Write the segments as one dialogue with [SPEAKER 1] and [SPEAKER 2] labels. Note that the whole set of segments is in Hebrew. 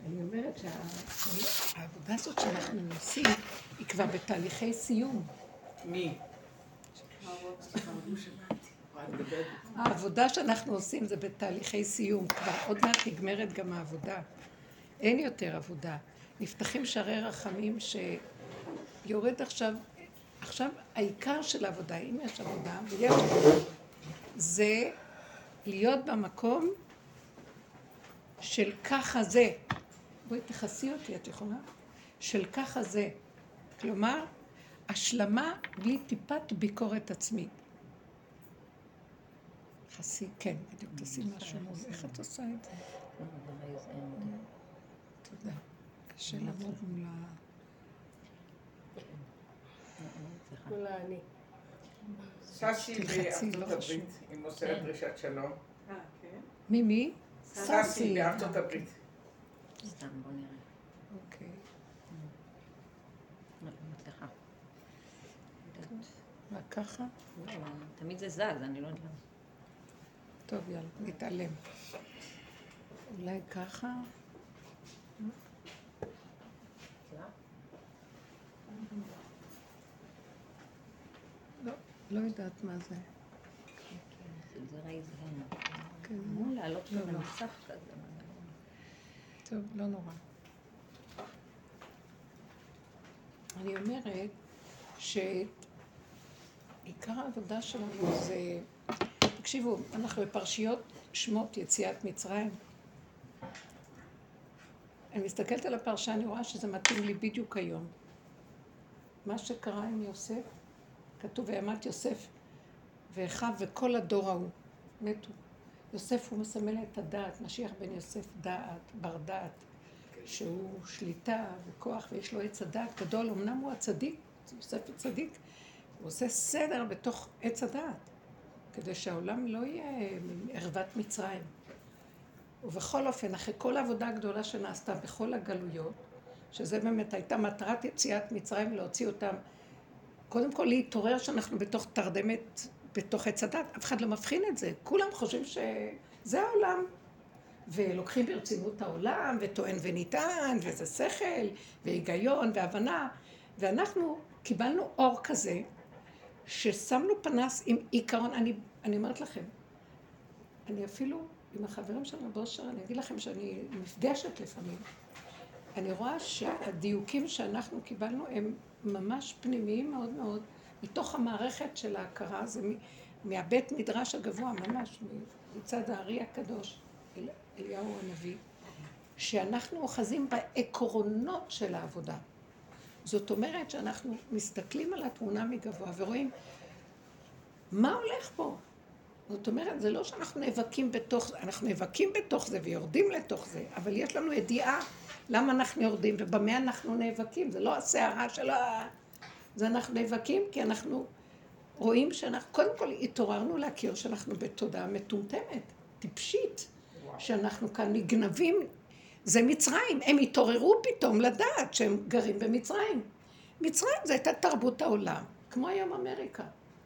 [SPEAKER 1] אני אומרת שהעבודה הזאת שאנחנו עושים היא כבר בתהליכי סיום.
[SPEAKER 2] מי?
[SPEAKER 1] העבודה שאנחנו עושים זה בתהליכי סיום, כבר עוד מעט נגמרת גם העבודה. אין יותר עבודה. נפתחים שערי רחמים שיורד עכשיו העיקר של העבודה, אם יש עבודה, ויש עבודה, זה להיות במקום של ככה זה. בואי תחסי אותי, את יכולה? של ככה זה. כלומר, השלמה בלי טיפת ביקורת עצמית. חסי, כן, בדיוק, תעשי משהו מול. איך את עושה את זה? תודה. קשה לעמוד מול ה...
[SPEAKER 3] מול אני.
[SPEAKER 2] ססי בארצות הברית, היא מוסרת דרישת שלום.
[SPEAKER 3] כן?
[SPEAKER 1] מי?
[SPEAKER 2] ססי בארצות הברית.
[SPEAKER 4] סתם, בוא נראה.
[SPEAKER 1] אוקיי.
[SPEAKER 4] לא מצליחה.
[SPEAKER 1] מה ככה?
[SPEAKER 4] תמיד זה זז, אני לא יודעת.
[SPEAKER 1] טוב, יאללה, נתעלם. אולי ככה? לא יודעת מה זה.
[SPEAKER 4] זה רייז הנה.
[SPEAKER 1] כן.
[SPEAKER 4] אמור לעלות במסך כזה.
[SPEAKER 1] טוב, לא נורא. אני אומרת שעיקר העבודה שלנו זה... תקשיבו, אנחנו בפרשיות שמות יציאת מצרים. אני מסתכלת על הפרשה, אני רואה שזה מתאים לי בדיוק היום. מה שקרה עם יוסף, כתוב וימת יוסף ואחיו וכל הדור ההוא מתו. יוסף הוא מסמל את הדעת, משיח בן יוסף דעת, בר דעת, שהוא שליטה וכוח ויש לו עץ הדעת גדול, אמנם הוא הצדיק, יוסף הצדיק, הוא עושה סדר בתוך עץ הדעת, כדי שהעולם לא יהיה ערוות מצרים. ובכל אופן, אחרי כל העבודה הגדולה שנעשתה בכל הגלויות, שזה באמת הייתה מטרת יציאת מצרים, להוציא אותם, קודם כל להתעורר שאנחנו בתוך תרדמת, בתוך עץ הדת, אף אחד לא מבחין את זה, כולם חושבים שזה העולם, ולוקחים ברצינות העולם, וטוען וניתן, וזה שכל, והיגיון, והבנה, ואנחנו קיבלנו אור כזה, ששמנו פנס עם עיקרון, אני אומרת לכם, אני אפילו עם החברים שלנו באושר, אני אגיד לכם שאני נפגשת לפעמים, אני רואה שהדיוקים שאנחנו קיבלנו הם ממש פנימיים מאוד מאוד, מתוך המערכת של ההכרה, זה מהבית מדרש הגבוה, ממש מצד הארי הקדוש, אליהו הנביא, שאנחנו אוחזים בעקרונות של העבודה. זאת אומרת שאנחנו מסתכלים על התמונה מגבוה ורואים מה הולך פה. זאת אומרת, זה לא שאנחנו נאבקים בתוך זה, אנחנו נאבקים בתוך זה ויורדים לתוך זה, אבל יש לנו ידיעה למה אנחנו יורדים ובמה אנחנו נאבקים. זה לא הסערה של זה אנחנו נאבקים כי אנחנו רואים שאנחנו, קודם כל התעוררנו להכיר שאנחנו בתודעה מטומטמת, טיפשית, שאנחנו כאן נגנבים. זה מצרים, הם התעוררו פתאום לדעת שהם גרים במצרים. מצרים זה הייתה תרבות העולם, כמו היום אמריקה.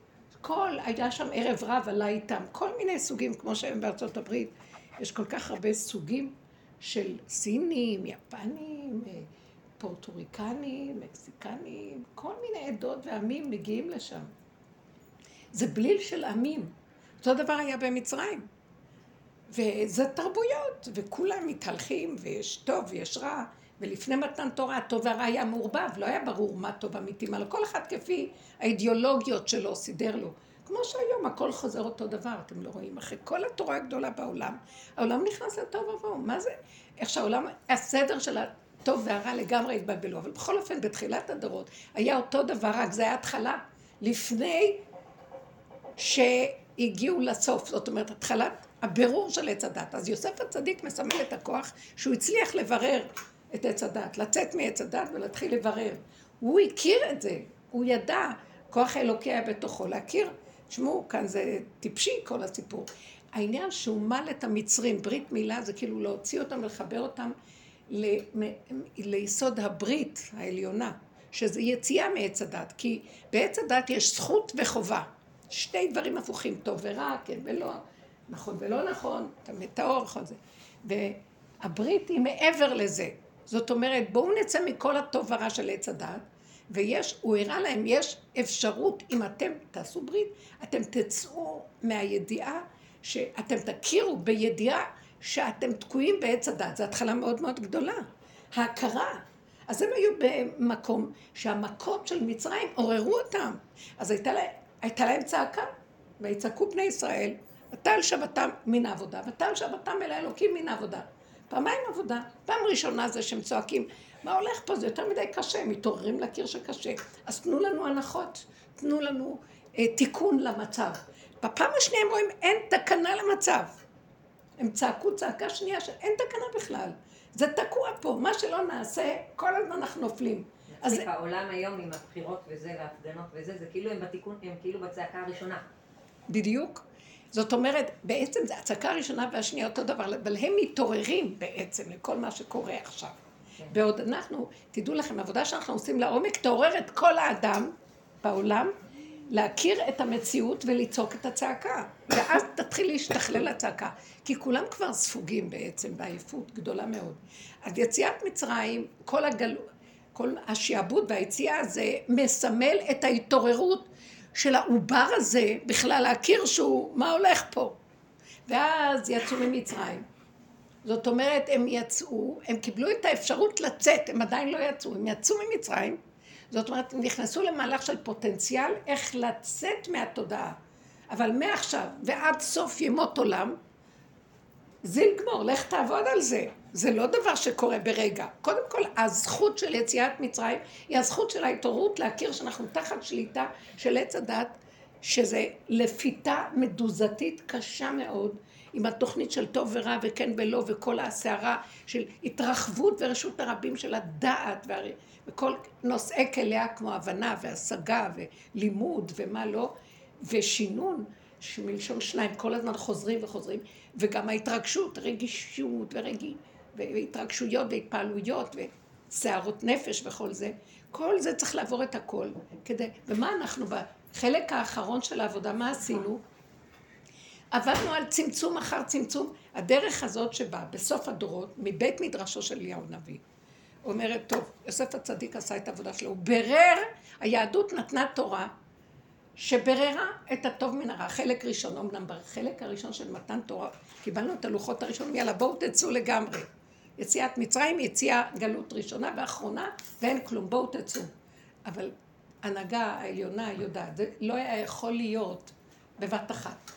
[SPEAKER 1] היה שם ערב רב עלה איתם, כל מיני סוגים, כמו שהם בארצות הברית. יש כל כך הרבה סוגים של סינים, יפנים, פורטוריקנים, מקסיקנים, כל מיני עדות ועמים מגיעים לשם. זה בליל של עמים. אותו דבר היה במצרים. וזה תרבויות, וכולם מתהלכים, ויש טוב ויש רע, ולפני מתן תורה, הטוב והרע היה מעורבב, לא היה ברור מה טוב אמיתי, מה לא, כל אחד כפי האידיאולוגיות שלו סידר לו. כמו שהיום הכל חוזר אותו דבר, אתם לא רואים, אחרי כל התורה הגדולה בעולם, העולם נכנס לטוב ובוא, מה זה? איך שהעולם, הסדר של הטוב והרע לגמרי התבלבלו, אבל בכל אופן בתחילת הדורות היה אותו דבר, רק זה היה התחלה, לפני שהגיעו לסוף, זאת אומרת, התחלת הבירור של עץ הדת. אז יוסף הצדיק מסמל את הכוח שהוא הצליח לברר את עץ הדת, לצאת מעץ הדת ולהתחיל לברר. הוא הכיר את זה, הוא ידע, כוח האלוקי היה בתוכו להכיר. תשמעו, כאן זה טיפשי כל הסיפור. העניין שהוא מל את המצרים, ברית מילה זה כאילו להוציא אותם ולחבר אותם ליסוד הברית העליונה, שזה יציאה מעץ הדת, כי בעץ הדת יש זכות וחובה. שני דברים הפוכים, טוב ורע, כן ולא, נכון ולא נכון, טמא טהור, נכון זה. הברית היא מעבר לזה. זאת אומרת, בואו נצא מכל הטוב ורע של עץ הדעת, הוא הראה להם, יש אפשרות, אם אתם תעשו ברית, אתם תצאו מהידיעה, שאתם תכירו בידיעה שאתם תקועים בעץ הדעת. זו התחלה מאוד מאוד גדולה. ההכרה. אז הם היו במקום שהמכות של מצרים עוררו אותם. אז הייתה להם צעקה, ויצעקו בני ישראל, ותעל שבתם מן העבודה, ותעל שבתם אל האלוקים מן העבודה. פעמיים עבודה. פעם ראשונה זה שהם צועקים, מה הולך פה? זה יותר מדי קשה, מתעוררים להכיר שקשה. אז תנו לנו הנחות, תנו לנו תיקון למצב. בפעם השנייה הם רואים, אין תקנה למצב. הם צעקו צעקה שנייה שאין תקנה בכלל. זה תקוע פה, מה שלא נעשה, כל הזמן אנחנו נופלים.
[SPEAKER 4] אז העולם היום עם הבחירות וזה, וההפגנות וזה, זה כאילו הם בתיקון, הם כאילו בצעקה הראשונה.
[SPEAKER 1] בדיוק. זאת אומרת, בעצם זה הצעקה הראשונה והשנייה אותו דבר, אבל הם מתעוררים בעצם לכל מה שקורה עכשיו. בעוד אנחנו, תדעו לכם, העבודה שאנחנו עושים לעומק, תעורר את כל האדם בעולם, להכיר את המציאות ולצעוק את הצעקה. ואז תתחיל להשתכלל הצעקה. כי כולם כבר ספוגים בעצם, בעייפות גדולה מאוד. אז יציאת מצרים, כל השעבוד והיציאה הזה, מסמל את ההתעוררות של העובר הזה, בכלל להכיר שהוא, מה הולך פה. ואז יצאו ממצרים. זאת אומרת, הם יצאו, הם קיבלו את האפשרות לצאת, הם עדיין לא יצאו, הם יצאו ממצרים, זאת אומרת, הם נכנסו למהלך של פוטנציאל איך לצאת מהתודעה. אבל מעכשיו ועד סוף ימות עולם, זיל גמור, לך תעבוד על זה. זה לא דבר שקורה ברגע. קודם כל, הזכות של יציאת מצרים היא הזכות של ההתעוררות להכיר שאנחנו תחת שליטה של עץ הדת, שזה לפיתה מדוזתית קשה מאוד, עם התוכנית של טוב ורע וכן ולא וכל הסערה של התרחבות ורשות הרבים של הדעת וכל נושאי כליה כמו הבנה והשגה ולימוד ומה לא ושינון שמלשון שניים כל הזמן חוזרים וחוזרים וגם ההתרגשות, רגישות והתרגשויות והתפעלויות וסערות נפש וכל זה, כל זה צריך לעבור את הכל ומה אנחנו בחלק האחרון של העבודה, מה עשינו? עבדנו על צמצום אחר צמצום, הדרך הזאת שבאה בסוף הדורות, מבית מדרשו של אליהו הנביא. אומרת, טוב, יוסף הצדיק עשה את העבודה שלו, הוא ברר, היהדות נתנה תורה, שבררה את הטוב מן הרע, חלק ראשון, אמנם בחלק הראשון של מתן תורה, קיבלנו את הלוחות הראשונים, יאללה בואו תצאו לגמרי. יציאת מצרים, יציאה גלות ראשונה ואחרונה, ואין כלום, בואו תצאו. אבל הנהגה העליונה יודעת, זה לא היה יכול להיות בבת אחת.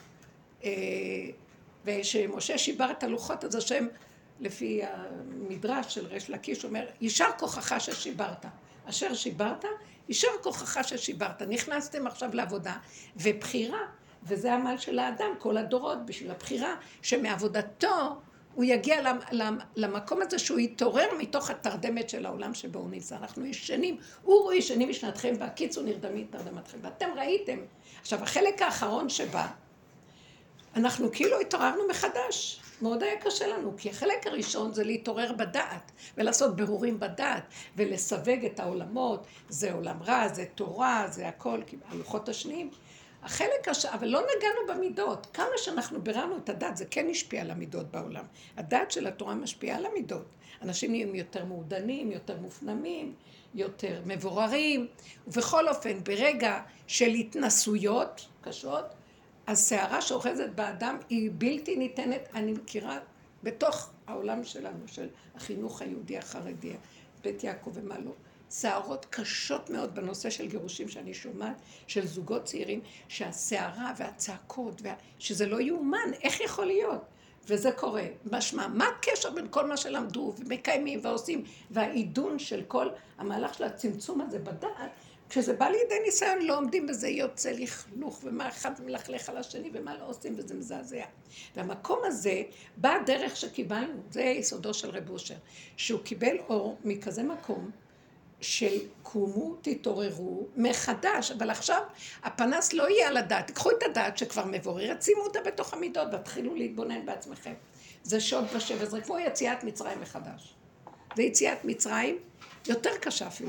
[SPEAKER 1] ושמשה שיבר את הלוחות, אז השם, לפי המדרש של ריש לקיש, אומר, יישר כוחך ששיברת. אשר שיברת, יישר כוחך ששיברת. נכנסתם עכשיו לעבודה, ובחירה, וזה העמל של האדם, כל הדורות, בשביל הבחירה, שמעבודתו הוא יגיע למקום הזה שהוא יתעורר מתוך התרדמת של העולם שבו הוא נמצא. אנחנו ישנים, הוא ישנים משנתכם, והקיצו נרדמים תרדמתכם. ואתם ראיתם. עכשיו, החלק האחרון שבא, אנחנו כאילו התעוררנו מחדש. מאוד היה קשה לנו, כי החלק הראשון זה להתעורר בדעת, ולעשות ברורים בדעת, ולסווג את העולמות, זה עולם רע, זה תורה, זה הכל, הלוחות השניים. החלק אבל לא נגענו במידות. כמה שאנחנו ביררנו את הדעת, זה כן השפיע על המידות בעולם. הדעת של התורה משפיעה על המידות. אנשים נהיים יותר מעודנים, יותר מופנמים, יותר מבוררים, ובכל אופן, ברגע של התנסויות קשות, הסערה שאוחזת באדם היא בלתי ניתנת, אני מכירה בתוך העולם שלנו, של החינוך היהודי החרדי, בית יעקב ומה לא. סערות קשות מאוד בנושא של גירושים שאני שומעת, של זוגות צעירים, שהסערה והצעקות, שזה לא יאומן, איך יכול להיות? וזה קורה. משמע, מה הקשר בין כל מה שלמדו ומקיימים ועושים, והעידון של כל המהלך של הצמצום הזה בדעת, כשזה בא לידי ניסיון, לא עומדים בזה, יוצא לכלוך, ומה אחד מלכלך על השני, ומה לא עושים, וזה מזעזע. והמקום הזה בא דרך שקיבלנו, זה יסודו של רב אושר, שהוא קיבל אור מכזה מקום, של קומו, תתעוררו מחדש, אבל עכשיו הפנס לא יהיה על הדעת, תקחו את הדעת שכבר מבוררת, שימו אותה בתוך המידות, והתחילו להתבונן בעצמכם. זה שוד ושבר, זה כמו יציאת מצרים מחדש. זה יציאת מצרים יותר קשה אפילו.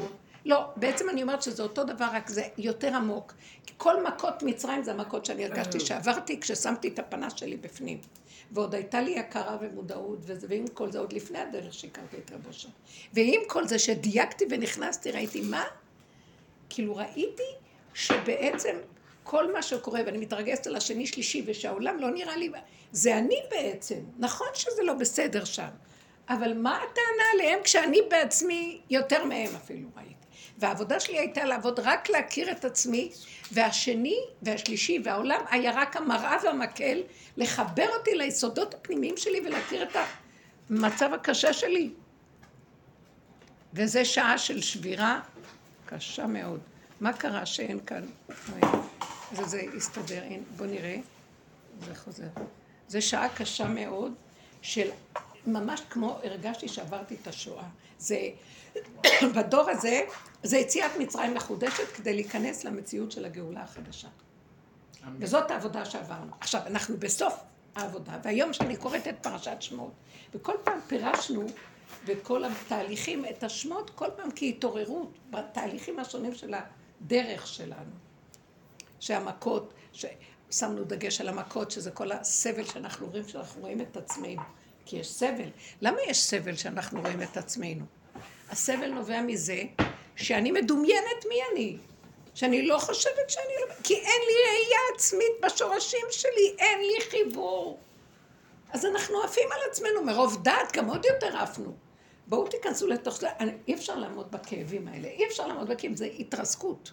[SPEAKER 1] לא, בעצם אני אומרת שזה אותו דבר, רק זה יותר עמוק. כל מכות מצרים זה המכות שאני הרגשתי שעברתי כששמתי את הפנס שלי בפנים. ועוד הייתה לי הכרה ומודעות, ועם כל זה עוד לפני הדרך שהכרתי את רב אושר. ועם כל זה שדייקתי ונכנסתי, ראיתי מה? כאילו ראיתי שבעצם כל מה שקורה, ואני מתרגשת על השני שלישי, ושהעולם לא נראה לי, זה אני בעצם. נכון שזה לא בסדר שם, אבל מה הטענה עליהם כשאני בעצמי יותר מהם אפילו ראיתי. והעבודה שלי הייתה לעבוד רק להכיר את עצמי, והשני והשלישי והעולם היה רק המראה והמקל, לחבר אותי ליסודות הפנימיים שלי ולהכיר את המצב הקשה שלי. וזה שעה של שבירה קשה מאוד. מה קרה שאין כאן? זה יסתדר, בוא נראה. זה חוזר. זה שעה קשה מאוד של ממש כמו הרגשתי שעברתי את השואה. זה, בדור הזה, זה יציאת מצרים מחודשת כדי להיכנס למציאות של הגאולה החדשה. וזאת העבודה שעברנו. עכשיו, אנחנו בסוף העבודה, והיום שאני קוראת את פרשת שמות, וכל פעם פירשנו בכל התהליכים את השמות, כל פעם כהתעוררות, בתהליכים השונים של הדרך שלנו. שהמכות, ששמנו דגש על המכות, שזה כל הסבל שאנחנו רואים, שאנחנו רואים את עצמנו. כי יש סבל. למה יש סבל שאנחנו רואים את עצמנו? הסבל נובע מזה שאני מדומיינת מי אני. שאני לא חושבת שאני לא... כי אין לי ראייה עצמית בשורשים שלי, אין לי חיבור. אז אנחנו עפים על עצמנו, מרוב דעת, גם עוד יותר עפנו. בואו תיכנסו לתוך זה, אי אפשר לעמוד בכאבים האלה, אי אפשר לעמוד בכאבים, זה התרסקות.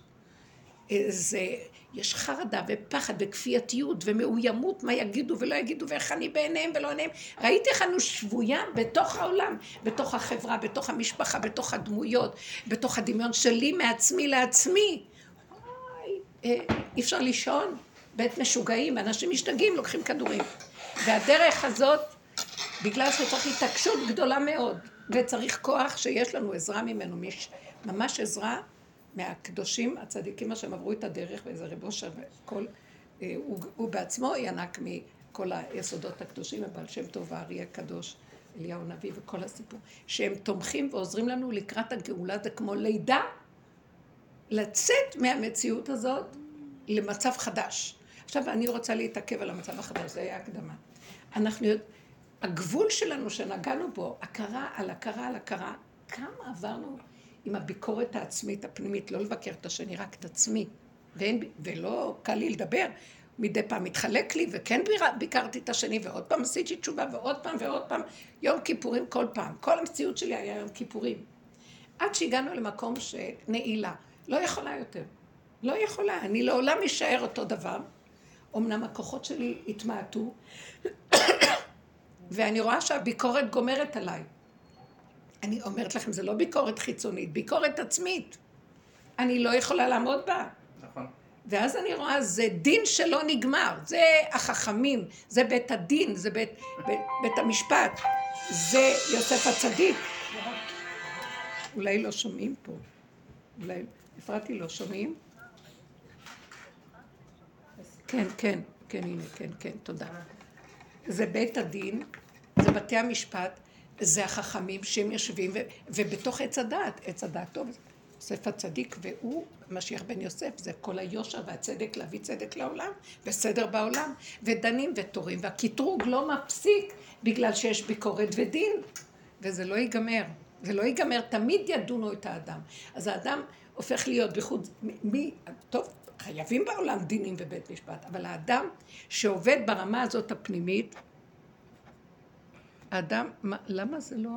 [SPEAKER 1] יש חרדה ופחד וכפייתיות ומאוימות, מה יגידו ולא יגידו, ואיך אני בעיניהם ולא עיניהם. ראיתי איך אני שבויה בתוך העולם, בתוך החברה, בתוך המשפחה, בתוך הדמויות, בתוך הדמיון שלי מעצמי לעצמי. אי אפשר לישון, בית משוגעים, אנשים משתגעים, לוקחים כדורים. והדרך הזאת, בגלל שצריך התעקשות גדולה מאוד, וצריך כוח שיש לנו עזרה ממנו, ממש עזרה מהקדושים הצדיקים שהם עברו את הדרך, ואיזה רב אושר וכל, הוא בעצמו ינק מכל היסודות הקדושים, הבעל שם טוב והאריה הקדוש, אליהו הנביא וכל הסיפור, שהם תומכים ועוזרים לנו לקראת הגאולה, זה כמו לידה, לצאת מהמציאות הזאת למצב חדש. עכשיו אני רוצה להתעכב על המצב החדש, זה היה הקדמה. הגבול שלנו שנגענו בו, הכרה על הכרה על הכרה, כמה עברנו עם הביקורת העצמית הפנימית, לא לבקר את השני, רק את עצמי, ולא קל לי לדבר, מדי פעם מתחלק לי, וכן ביקרתי את השני, ועוד פעם עשיתי תשובה, ועוד פעם ועוד פעם, יום כיפורים כל פעם, כל המציאות שלי היה יום כיפורים. עד שהגענו למקום שנעילה, לא יכולה יותר, לא יכולה, אני לעולם אשאר אותו דבר, אמנם הכוחות שלי התמעטו, ואני רואה שהביקורת גומרת עליי. אני אומרת לכם, זה לא ביקורת חיצונית, ביקורת עצמית. אני לא יכולה לעמוד בה.
[SPEAKER 2] נכון.
[SPEAKER 1] ואז אני רואה, זה דין שלא נגמר, זה החכמים, זה בית הדין, זה בית המשפט, זה יוסף הצדיק. אולי לא שומעים פה. אולי, הפרעתי, לא שומעים? כן, כן, כן, הנה, כן, כן, תודה. זה בית הדין, זה בתי המשפט, זה החכמים שהם יושבים, ובתוך עץ הדעת, עץ הדעת טוב, יוסף הצדיק, והוא, משיח בן יוסף, זה כל היושר והצדק, להביא צדק לעולם, וסדר בעולם, ודנים ותורים, והקטרוג לא מפסיק, בגלל שיש ביקורת ודין, וזה לא ייגמר, זה לא ייגמר, תמיד ידונו את האדם. אז האדם הופך להיות בחוץ, טוב, חייבים בעולם דינים ובית משפט, אבל האדם שעובד ברמה הזאת הפנימית, האדם, למה זה לא?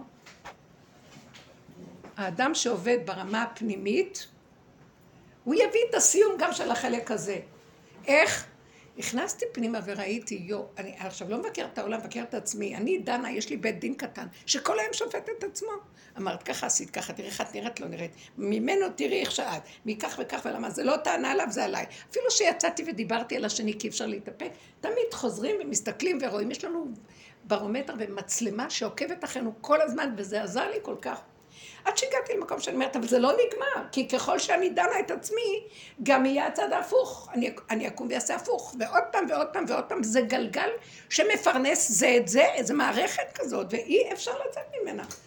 [SPEAKER 1] האדם שעובד ברמה הפנימית, הוא יביא את הסיום גם של החלק הזה. איך? הכנסתי פנימה וראיתי, אני עכשיו לא מבקר את העולם, מבקר את עצמי. אני דנה, יש לי בית דין קטן, שכל היום שופט את עצמו. אמרת, ככה עשית, ככה, תראי איך את נראית, לא נראית. ממנו תראי איך שאת, מכך וכך ולמה, זה לא טענה עליו, זה עליי. אפילו שיצאתי ודיברתי על השני, כי אפשר להתאפק, תמיד חוזרים ומסתכלים ורואים, יש לנו ברומטר ומצלמה שעוקבת אחרינו כל הזמן, וזה עזר לי כל כך. עד שהגעתי למקום שאני אומרת, אבל זה לא נגמר, כי ככל שאני דנה את עצמי, גם יהיה הצד ההפוך, אני אקום ויעשה הפוך, ועוד פעם ועוד פעם ועוד פעם, זה גלגל שמפרנס זה את זה, איזו מערכת כזאת, ואי אפשר לצאת ממנה.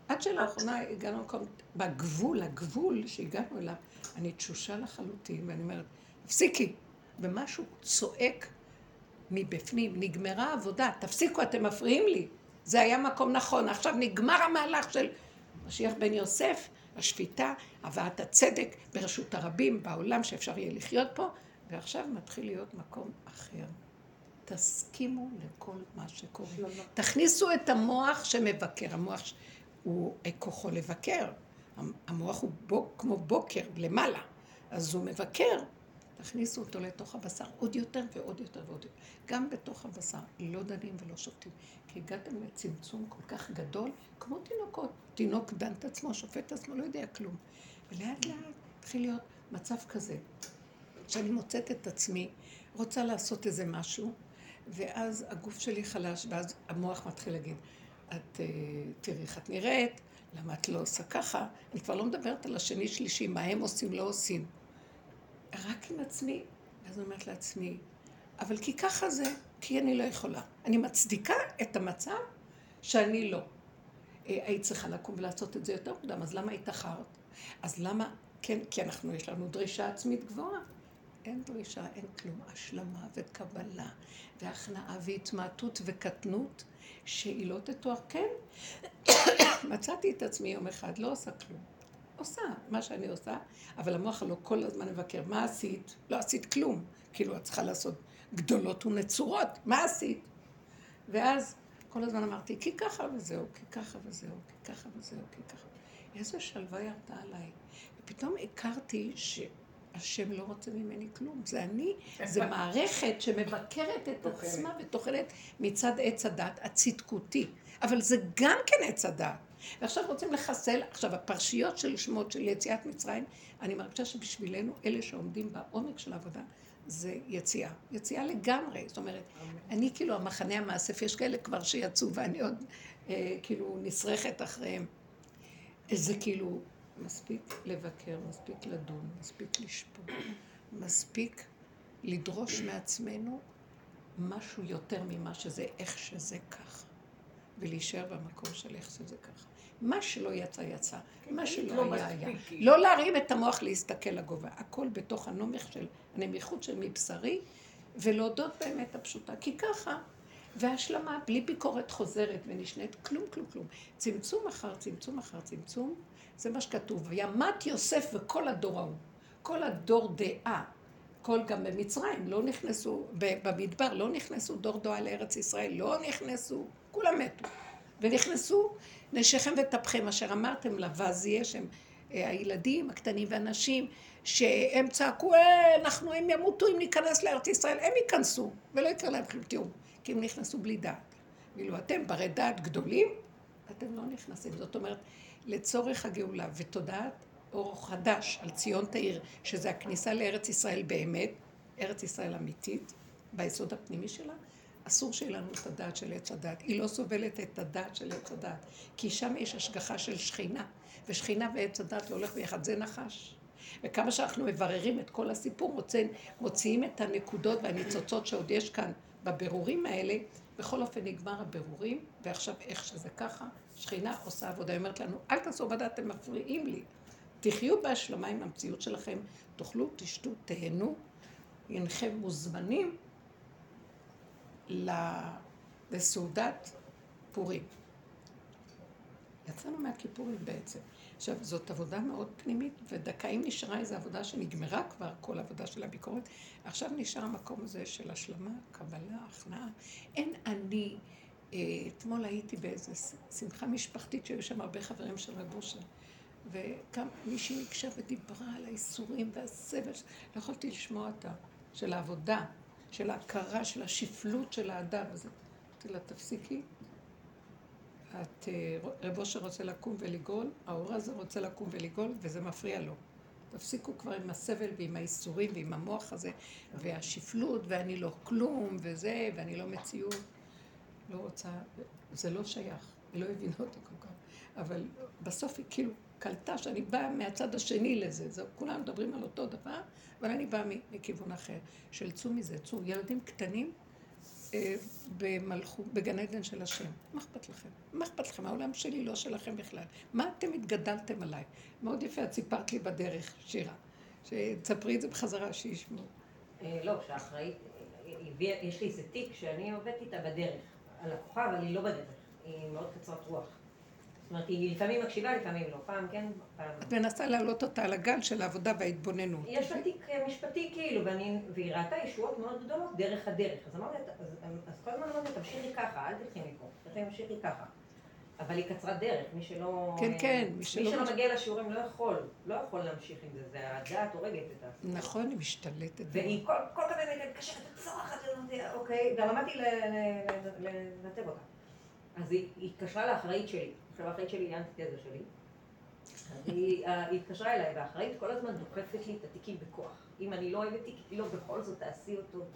[SPEAKER 1] עד שלאחרונה הגענו למקום, הגבול שהגענו אליו, אני תשושה לחלוטין, ואני אומרת, תפסיקי, ומשהו צועק מבפנים, נגמרה העבודה, תפסיקו, אתם מפריעים לי. זה היה מקום נכון, עכשיו נגמר המהלך של משיח בן יוסף, השפיטה, הבאת הצדק ברשות הרבים בעולם שאפשר יהיה לחיות פה, ועכשיו מתחיל להיות מקום אחר. תסכימו לכל מה שקורה. תכניסו את המוח שמבקר, המוח הוא כוחו לבקר, המוח הוא כמו בוקר למעלה, אז הוא מבקר. תכניסו אותו לתוך הבשר, עוד יותר ועוד יותר ועוד יותר. גם בתוך הבשר, לא דנים ולא שופטים. כי הגעתם לצמצום כל כך גדול, כמו תינוקות. תינוק דן את עצמו, שופט את עצמו, לא יודע כלום. ולאט לאט התחיל להיות מצב כזה, שאני מוצאת את עצמי, רוצה לעשות איזה משהו, ואז הגוף שלי חלש, ואז המוח מתחיל להגיד, את תראי איך את נראית, למה את לא עושה ככה? אני כבר לא מדברת על השני שלישי, מה הם עושים, לא עושים. רק עם עצמי, ואז אני אומרת לעצמי, אבל כי ככה זה, כי אני לא יכולה. אני מצדיקה את המצב שאני לא. היית צריכה לקום ולעשות את זה יותר מוקדם, אז למה התאחרת? אז למה? כן, כי יש לנו דרישה עצמית גבוהה. אין דרישה, אין כלום. השלמה וקבלה, והכנעה והתמעטות וקטנות, שהיא לא תתואר, כן. מצאתי את עצמי יום אחד, לא עושה כלום. עושה מה שאני עושה, אבל המוח לא כל הזמן מבקר. מה עשית? לא עשית כלום. כאילו, את צריכה לעשות גדולות ונצורות. מה עשית? ואז כל הזמן אמרתי, כי ככה וזהו, כי ככה וזהו, כי ככה וזהו, כי ככה. איזו שלווה ירדה עליי. ופתאום הכרתי שהשם לא רוצה ממני כלום. זה אני, זה מערכת שמבקרת את עצמה ותוכלת מצד עץ הדת הצדקותי. אבל זה גם כן עץ הדת. ועכשיו רוצים לחסל, עכשיו הפרשיות של שמות של יציאת מצרים, אני מרגישה שבשבילנו, אלה שעומדים בעומק של העבודה, זה יציאה. יציאה לגמרי. זאת אומרת, אני כאילו המחנה המאסף, יש כאלה כבר שיצאו ואני עוד כאילו נשרכת אחריהם. זה כאילו מספיק לבקר, מספיק לדון, מספיק לשפוט, מספיק לדרוש מעצמנו משהו יותר ממה שזה, איך שזה ככה. ולהישאר במקום של איך שזה ככה. מה שלא יצא, יצא. מה שלא היה, היה. לא להרים את המוח להסתכל לגובה. הכל בתוך הנומך של הנמיכות של מבשרי, ולהודות באמת הפשוטה. כי ככה, והשלמה, בלי ביקורת חוזרת ונשנית, כלום, כלום, כלום. צמצום אחר צמצום אחר צמצום, זה מה שכתוב. וימת יוסף וכל הדור ההוא. כל הדור דעה. כל גם במצרים, לא נכנסו, במדבר, לא נכנסו דור דעה לארץ ישראל, לא נכנסו, כולם מתו. ונכנסו נשיכם וטפכם, אשר אמרתם לבזיה, שהם הילדים הקטנים והנשים, שהם צעקו, הם ימותו אם ניכנס לארץ ישראל, הם ייכנסו, ולא יקרה להם כלום, תראו, כי הם נכנסו בלי דעת. ואילו אתם ברי דעת גדולים, אתם לא נכנסים. זאת אומרת, לצורך הגאולה ותודעת אור חדש על ציון תאיר, שזה הכניסה לארץ ישראל באמת, ארץ ישראל אמיתית, ביסוד הפנימי שלה, אסור שיהיה לנו את הדעת של עץ הדעת. היא לא סובלת את הדעת של עץ הדעת, כי שם יש השגחה של שכינה, ושכינה ועץ הדעת לא הולך ביחד, זה נחש. וכמה שאנחנו מבררים את כל הסיפור, מוציאים את הנקודות והניצוצות שעוד יש כאן בבירורים האלה, בכל אופן נגמר הבירורים, ועכשיו איך שזה ככה, שכינה עושה עבודה, היא אומרת לנו, אל תעשו עבודה, אתם מפריעים לי. תחיו בהשלמה עם המציאות שלכם, תאכלו, תשתו, תהנו, אינכם מוזמנים לסעודת פורים. יצאנו מהכיפורים בעצם. עכשיו, זאת עבודה מאוד פנימית, ודקה אם נשארה איזו עבודה שנגמרה כבר, כל עבודה של הביקורת, עכשיו נשאר המקום הזה של השלמה, קבלה, הכנעה. אין אני, אתמול הייתי באיזו שמחה משפחתית שהיו שם הרבה חברים של רב אושר, וגם מישהי הקשה ודיברה על האיסורים והסבל, לא יכולתי לשמוע אותה, של העבודה, של ההכרה, של השפלות של האדם הזה. אמרתי לה, תפסיקי. רב אושר רוצה לקום ולגאול, האור הזה רוצה לקום ולגאול, וזה מפריע לו. תפסיקו כבר עם הסבל ועם האיסורים ועם המוח הזה, והשפלות, ואני לא כלום, וזה, ואני לא מציאות. לא רוצה, זה לא שייך, היא לא הבינה אותי כל כך. אבל בסוף היא כאילו קלטה שאני באה מהצד השני לזה, כולם מדברים על אותו דבר, אבל אני באה מכיוון אחר, של צאו מזה, צאו, ילדים קטנים, בגן עדן של השם. מה אכפת לכם? מה אכפת לכם? העולם שלי לא שלכם בכלל. מה אתם התגדלתם עליי? מאוד יפה, את סיפרת לי בדרך, שירה. שתספרי את זה בחזרה, שישמעו.
[SPEAKER 4] לא, שהאחראית, יש לי איזה תיק שאני עובדת איתה בדרך. הלקוחה, אבל היא לא בדרך. היא מאוד קצרת רוח. זאת אומרת, היא לפעמים מקשיבה, לפעמים לא. פעם כן, פעם לא.
[SPEAKER 1] את מנסה להעלות אותה על הגל של העבודה וההתבוננות.
[SPEAKER 4] יש לה תיק משפטי כאילו, והיא ראתה ישועות מאוד גדולות דרך הדרך. אז אמרתי, אז כל הזמן אמרתי, תמשיכי ככה, אל תלכי מפה. תמשיכי ככה. אבל היא קצרת דרך, מי שלא...
[SPEAKER 1] כן,
[SPEAKER 4] מי שלא מגיע לשיעורים לא יכול להמשיך עם זה, זה הדעת הורגת את זה.
[SPEAKER 1] נכון, היא משתלטת.
[SPEAKER 4] והיא כל כזה מתקשרת, צורחת, אוקיי, גם למדתי לנתב אותה. אז היא התקשרה לאחראית שלי, עכשיו האחראית שלי היא האנטיתזה שלי, אז היא התקשרה אליי, והאחראית כל הזמן דוחפת לי את התיקים בכוח. אם אני לא אוהבת תיק, היא לא, בכל זאת תעשי אותו.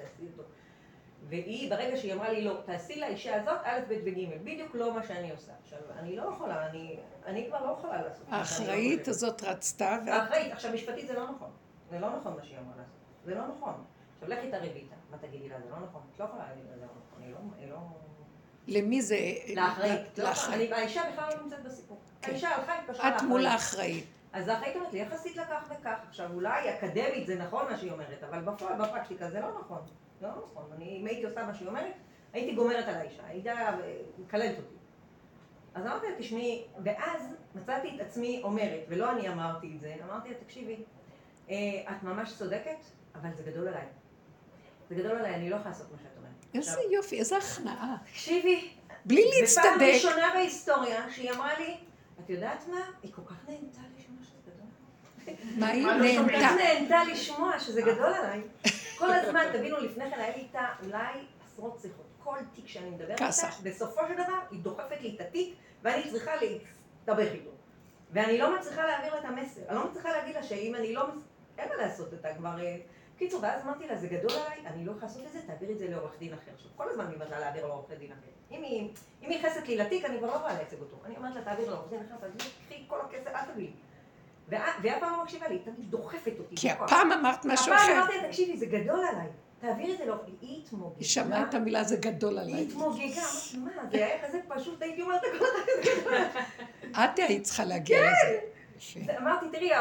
[SPEAKER 4] והיא, ברגע שהיא אמרה לי, לא, תעשי לאישה הזאת, א', ב' וג', בדיוק לא מה שאני עושה. עכשיו, אני לא יכולה, אני כבר לא יכולה לעשות.
[SPEAKER 1] האחראית הזאת רצתה,
[SPEAKER 4] האחראית, עכשיו, משפטית זה לא נכון. זה לא נכון מה שהיא אמרה לעשות. זה לא נכון. עכשיו, לכי תריבי איתה, מה תגידי לה, זה לא נכון. את לא יכולה להגיד לה, זה לא נכון. היא לא...
[SPEAKER 1] למי זה...
[SPEAKER 4] לאחראית. האישה בכלל לא נמצאת בסיפור. האישה הלכה, התקשרה לאחראית.
[SPEAKER 1] את מול האחראית.
[SPEAKER 4] אז האחראית אומרת לי, יחסית לכך וכך. עכשיו, אולי אקדמית זה נכון מה שהיא אומרת, אבל בפועל, בפרקטיקה זה לא נכון. לא נכון. אם הייתי עושה מה שהיא אומרת, הייתי גומרת על האישה. הייתה מקללת אותי. אז אמרתי לה, תשמעי, ואז מצאתי את עצמי אומרת, ולא אני אמרתי את זה, אמרתי לה, תקשיבי, את ממש צודקת, אבל זה גדול עליי. זה גדול עליי, אני לא יכולה לעשות מה שאת אומרת.
[SPEAKER 1] איזה יופי, איזה הכנעה.
[SPEAKER 4] תקשיבי,
[SPEAKER 1] בלי להצטדק.
[SPEAKER 4] בפעם ראשונה בהיסטוריה שהיא אמרה לי, את יודעת מה? היא כל כך נהנתה לשמוע שזה גדול.
[SPEAKER 1] מה היא
[SPEAKER 4] היא כל
[SPEAKER 1] נהנתה?
[SPEAKER 4] כך נהנתה לשמוע שזה גדול עליי. כל הזמן, תבינו, לפני כן היה לי איתה אולי עשרות שיחות. כל תיק שאני מדברת איתה, בסופו של דבר היא דוחפת לי את התיק, ואני צריכה להסתבך איתו. ואני לא מצליחה להעביר לה את המסר. אני לא מצליחה להגיד לה שאם אני לא... אין מה לעשות אותה כבר... קיצור, ואז אמרתי לה, זה גדול עליי, אני לא יכולה לעשות את זה, תעביר את זה לעורך דין אחר. עכשיו, כל הזמן היא מזלה להעביר לעורך דין אחר. אם היא חסת לי לתיק, אני כבר לא יכולה לייצג אותו. אני אומרת לה, תעביר לעורך דין אחר, קחי כל הכסף, אל תביא לי. והיא הפעם לא מקשיבה לי, היא תמיד דוחפת אותי.
[SPEAKER 1] כי הפעם אמרת משהו אחר.
[SPEAKER 4] הפעם אמרתי לה, תקשיבי, זה גדול עליי. תעביר את זה לעורך דין. היא התמוגגה.
[SPEAKER 1] היא שמעה את המילה, זה גדול עליי.
[SPEAKER 4] היא התמוגגה, מה, זה היה כזה פשוט, הייתי אומרת הכל כזה.
[SPEAKER 1] את היית צריכה להגיע לזה.
[SPEAKER 4] אמרתי, תראי,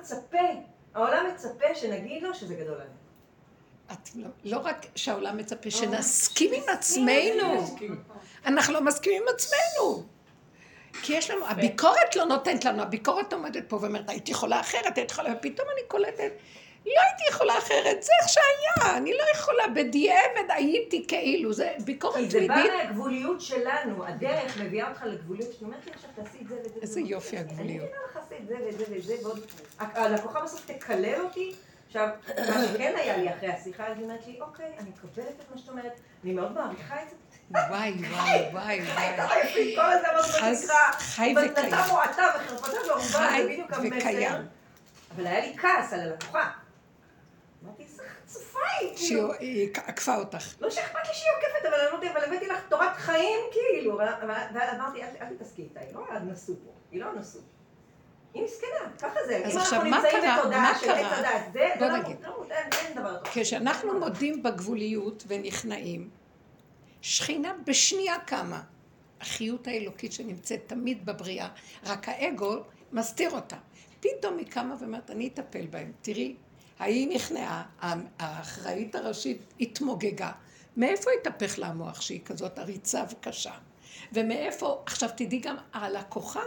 [SPEAKER 4] העולם מצפה שנגיד לו שזה גדול עליי.
[SPEAKER 1] לא רק שהעולם מצפה, שנסכים עם עצמנו. אנחנו לא מסכימים עם עצמנו. כי יש לנו, הביקורת לא נותנת לנו, הביקורת עומדת פה ואומרת, הייתי יכולה אחרת, הייתי יכולה, ופתאום אני קולטת, לא הייתי יכולה אחרת, זה איך שהיה, אני לא יכולה, בדיעבד הייתי כאילו, זה ביקורת
[SPEAKER 4] תמידית. כי זה
[SPEAKER 1] תמידית.
[SPEAKER 4] בא מהגבוליות שלנו, הדרך מביאה אותך לגבוליות, שאני אומרת לי עכשיו תעשי את זה וזה.
[SPEAKER 1] איזה יופי הגבוליות.
[SPEAKER 4] אני אגיד לך עשי את זה וזה וזה, ועוד, הלקוחה בסוף תקלל אותי, עכשיו, מה שכן היה לי אחרי השיחה, אז היא אומרת לי, אוקיי, אני מקבלת את מה שאת אומרת, אני מאוד מעריכה את זה.
[SPEAKER 1] וואי.
[SPEAKER 4] כל הזמן מה שנקרא,
[SPEAKER 1] חי וקיים.
[SPEAKER 4] בנתה מועטה וחרפתה וערובה, זה בדיוק המסר. אבל היה לי כעס על הלקוחה. אמרתי, איזה חצופה היא, כאילו.
[SPEAKER 1] שהיא עקפה אותך.
[SPEAKER 4] לא שאכפת לי שהיא עוקפת, אבל הבאתי לך תורת חיים, כאילו. ואמרתי, אל תתעסקי איתה, היא לא נשוא פה, היא לא נשוא. היא מסכנה, ככה זה.
[SPEAKER 1] אז עכשיו, מה קרה? בוא נגיד.
[SPEAKER 4] אין דבר טוב.
[SPEAKER 1] כשאנחנו מודים בגבוליות ונכנעים, שכינה בשנייה קמה. החיות האלוקית שנמצאת תמיד בבריאה, רק האגו מסתיר אותה. פתאום היא קמה ואומרת, אני אטפל בהם. תראי, היא נכנעה, האחראית הראשית התמוגגה. מאיפה התהפך לה המוח שהיא כזאת עריצה וקשה? ומאיפה, עכשיו תדעי גם על הכוחה,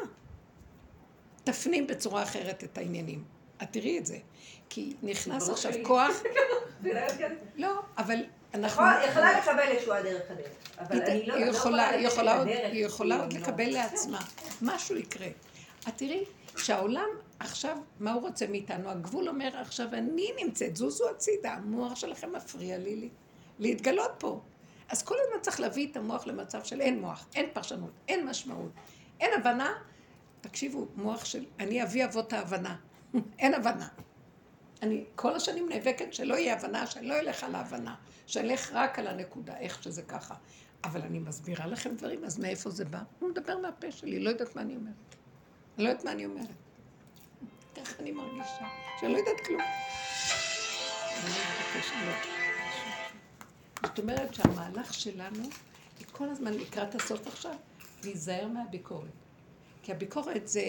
[SPEAKER 1] תפנים בצורה אחרת את העניינים. את תראי את זה. כי נכנס עכשיו כוח... לא, אבל אנחנו...
[SPEAKER 4] יכולה לקבל ישועה דרך הדרך. אבל אני לא
[SPEAKER 1] היא יכולה עוד לקבל לעצמה. משהו יקרה. את תראי שהעולם עכשיו, מה הוא רוצה מאיתנו? הגבול אומר עכשיו, אני נמצאת, זוזו הצידה, המוח שלכם מפריע לי להתגלות פה. אז כל הזמן צריך להביא את המוח למצב של אין מוח, אין פרשנות, אין משמעות, אין הבנה. תקשיבו, מוח של, אני אביא אבות ההבנה, אין הבנה. אני כל השנים נאבקת שלא יהיה הבנה, שאני לא אלך על ההבנה, שאני אלך רק על הנקודה, איך שזה ככה. אבל אני מסבירה לכם דברים, אז מאיפה זה בא? הוא מדבר מהפה שלי, לא יודעת מה אני אומרת. אני לא יודעת מה אני אומרת. ככה אני מרגישה, שאני לא יודעת כלום. אני מבקש, לא. זאת אומרת שהמהלך שלנו היא כל הזמן לקראת הסוף עכשיו, להיזהר מהביקורת. כי הביקורת זה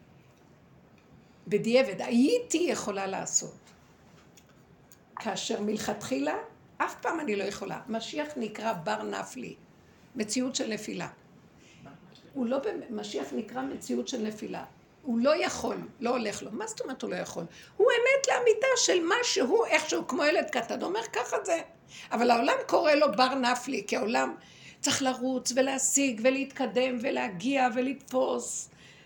[SPEAKER 1] בדיעבד, הייתי יכולה לעשות. כאשר מלכתחילה, אף פעם אני לא יכולה. משיח נקרא בר נפלי, מציאות של נפילה. הוא לא, משיח נקרא מציאות של נפילה. הוא לא יכול, לא הולך לו. מה זאת אומרת הוא לא יכול? הוא אמת לאמיתה של משהו, איכשהו, כמו ילד קטן, אומר ככה זה. אבל העולם קורא לו בר נפלי, כי העולם צריך לרוץ ולהשיג ולהתקדם ולהגיע ולתפוס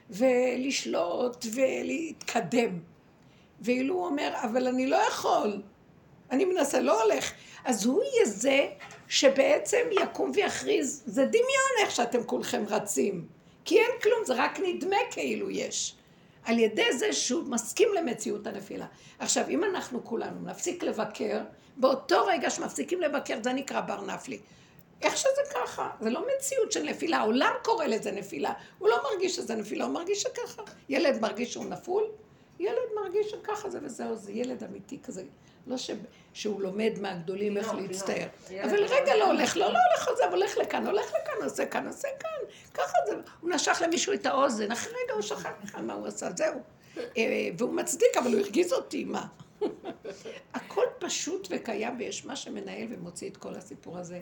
[SPEAKER 1] ולשלוט ולהתקדם. ואילו הוא אומר, אבל אני לא יכול, אני מנסה, לא הולך. אז הוא יהיה זה שבעצם יקום ויכריז, זה דמיון איך שאתם כולכם רצים. כי אין כלום, זה רק נדמה כאילו יש. על ידי זה שהוא מסכים למציאות הנפילה. עכשיו, אם אנחנו כולנו נפסיק לבקר, באותו רגע שמפסיקים לבקר, זה נקרא בר נפלי. איך שזה ככה? זה לא מציאות של נפילה, העולם קורא לזה נפילה. הוא לא מרגיש שזה נפילה, הוא מרגיש שככה. ילד מרגיש שהוא נפול, ילד מרגיש שככה זה וזהו, זה ילד אמיתי כזה. לא שהוא לומד מהגדולים איך להצטער. אבל רגע לא הולך, לא הולך על זה, הולך לכאן, עושה כאן, ככה זה. הוא נשך למישהו את האוזן, אחרי רגע הוא שכח בכלל מה הוא עשה, זהו. והוא מצדיק, אבל הוא הרגיז אותי, מה? הכל פשוט וקיים, ויש מה שמנהל ומוציא את כל הסיפור הזה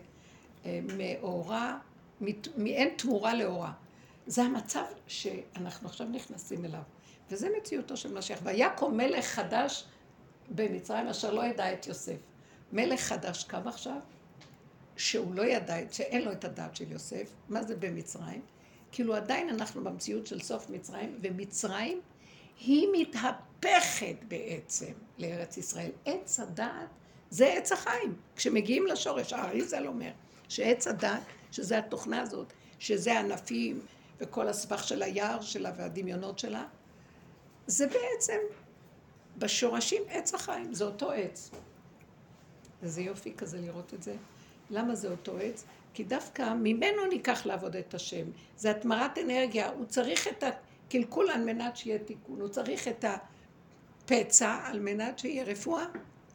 [SPEAKER 1] מאורה, מאין תמורה לאורה. זה המצב שאנחנו עכשיו נכנסים אליו. וזה מציאותו של משיח. ויקום מלך חדש במצרים אשר לא ידע את יוסף. מלך חדש קם עכשיו, שהוא לא ידע, שאין לו את הדעת של יוסף. מה זה במצרים? כאילו עדיין אנחנו במציאות של סוף מצרים, ומצרים היא מתהפכת בעצם לארץ ישראל. עץ הדעת זה עץ החיים. כשמגיעים לשורש, האריז"ל אומר, שעץ הדעת, שזה התוכנה הזאת, שזה הענפים וכל הסבך של היער שלה והדמיונות שלה, זה בעצם בשורשים עץ החיים, זה אותו עץ. וזה יופי כזה לראות את זה. למה זה אותו עץ? כי דווקא ממנו ניקח לעבוד את השם. זה התמרת אנרגיה, הוא צריך את הקלקול על מנת שיהיה תיקון, הוא צריך את הפצע על מנת שיהיה רפואה.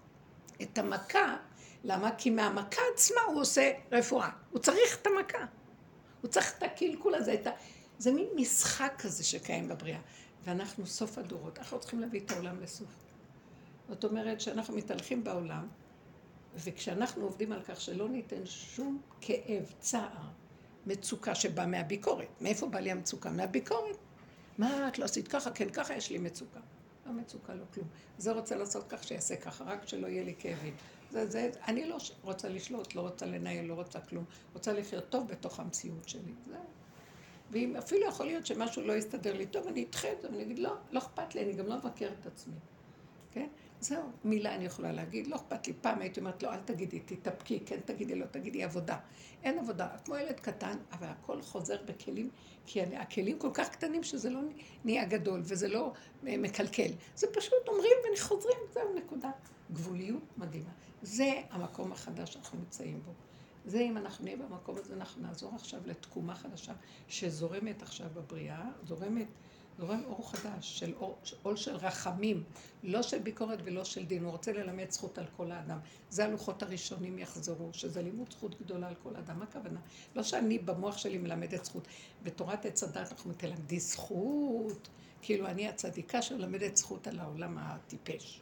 [SPEAKER 1] את המכה, למה? כי מהמכה עצמה הוא עושה רפואה. הוא צריך את המכה. הוא צריך את הקלקול הזה, זה מין משחק כזה שקיים בבריאה. ואנחנו סוף הדורות, אנחנו צריכים להביא את העולם לסוף. זאת אומרת שאנחנו מתהלכים בעולם, וכשאנחנו עובדים על כך שלא ניתן שום כאב, צער, מצוקה שבא מהביקורת. מאיפה בא לי המצוקה? מהביקורת. מה, את לא עשית ככה? כן, ככה יש לי מצוקה. לא מצוקה, לא כלום. זה רוצה לעשות כך שיעשה ככה, רק שלא יהיה לי כאבים. אני לא רוצה לשלוט, לא רוצה לנהל, לא רוצה כלום. רוצה לחיות טוב בתוך המציאות שלי. זהו. ואם אפילו יכול להיות שמשהו לא יסתדר לי טוב, אני אתחיל את זה, ואני אגיד, לא אכפת לי, אני גם לא מבקר את עצמי. כן? זהו, מילה אני יכולה להגיד, לא אכפת לי. פעם הייתי אומרת, לא, אל תגידי, תתאפקי, כן תגידי, לא תגידי, עבודה. אין עבודה, כמו ילד קטן, אבל הכל חוזר בכלים, כי הכלים כל כך קטנים שזה לא נהיה גדול, וזה לא מקלקל. זה פשוט אומרים וחוזרים, זהו, נקודה. גבוליות מדהימה. זה המקום החדש שאנחנו מצאים בו. זה אם אנחנו נהיה במקום הזה, אנחנו נעזור עכשיו לתקומה חדשה שזורמת עכשיו בבריאה, זורם אור חדש, עול של רחמים, לא של ביקורת ולא של דין. הוא רוצה ללמד זכות על כל האדם. זה הלוחות הראשונים יחזרו, שזה לימוד זכות גדולה על כל האדם. מה הכוונה? לא שאני במוח שלי מלמדת זכות. בתורת עץ הדת אנחנו תלמדי זכות, כאילו אני הצדיקה שמלמדת זכות על העולם הטיפש.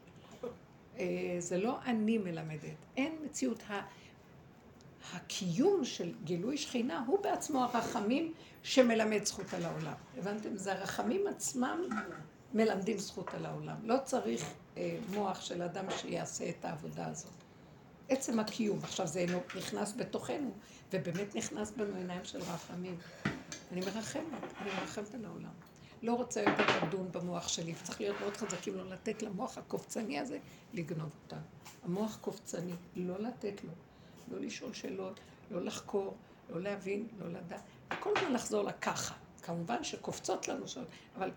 [SPEAKER 1] זה לא אני מלמדת. אין מציאות הקיום של גילוי שכינה הוא בעצמו הרחמים שמלמד זכות על העולם. הבנתם? זה הרחמים עצמם מלמדים זכות על העולם. לא צריך מוח של אדם שיעשה את העבודה הזאת. עצם הקיום, עכשיו זה נכנס בתוכנו, ובאמת נכנס בנו עיניים של רחמים. אני מרחמת על העולם. לא רוצה יותר לדון במוח שלי, וצריך להיות מאוד חזקים, לא לתת למוח הקופצני הזה לגנוב אותה. המוח קופצני, לא לתת לו. לא לשאול שאלות, לא לחקור, לא להבין, לא לדעת. כל הזמן לחזור לה ככה. כמובן שקופצות לנו שאלות, אבל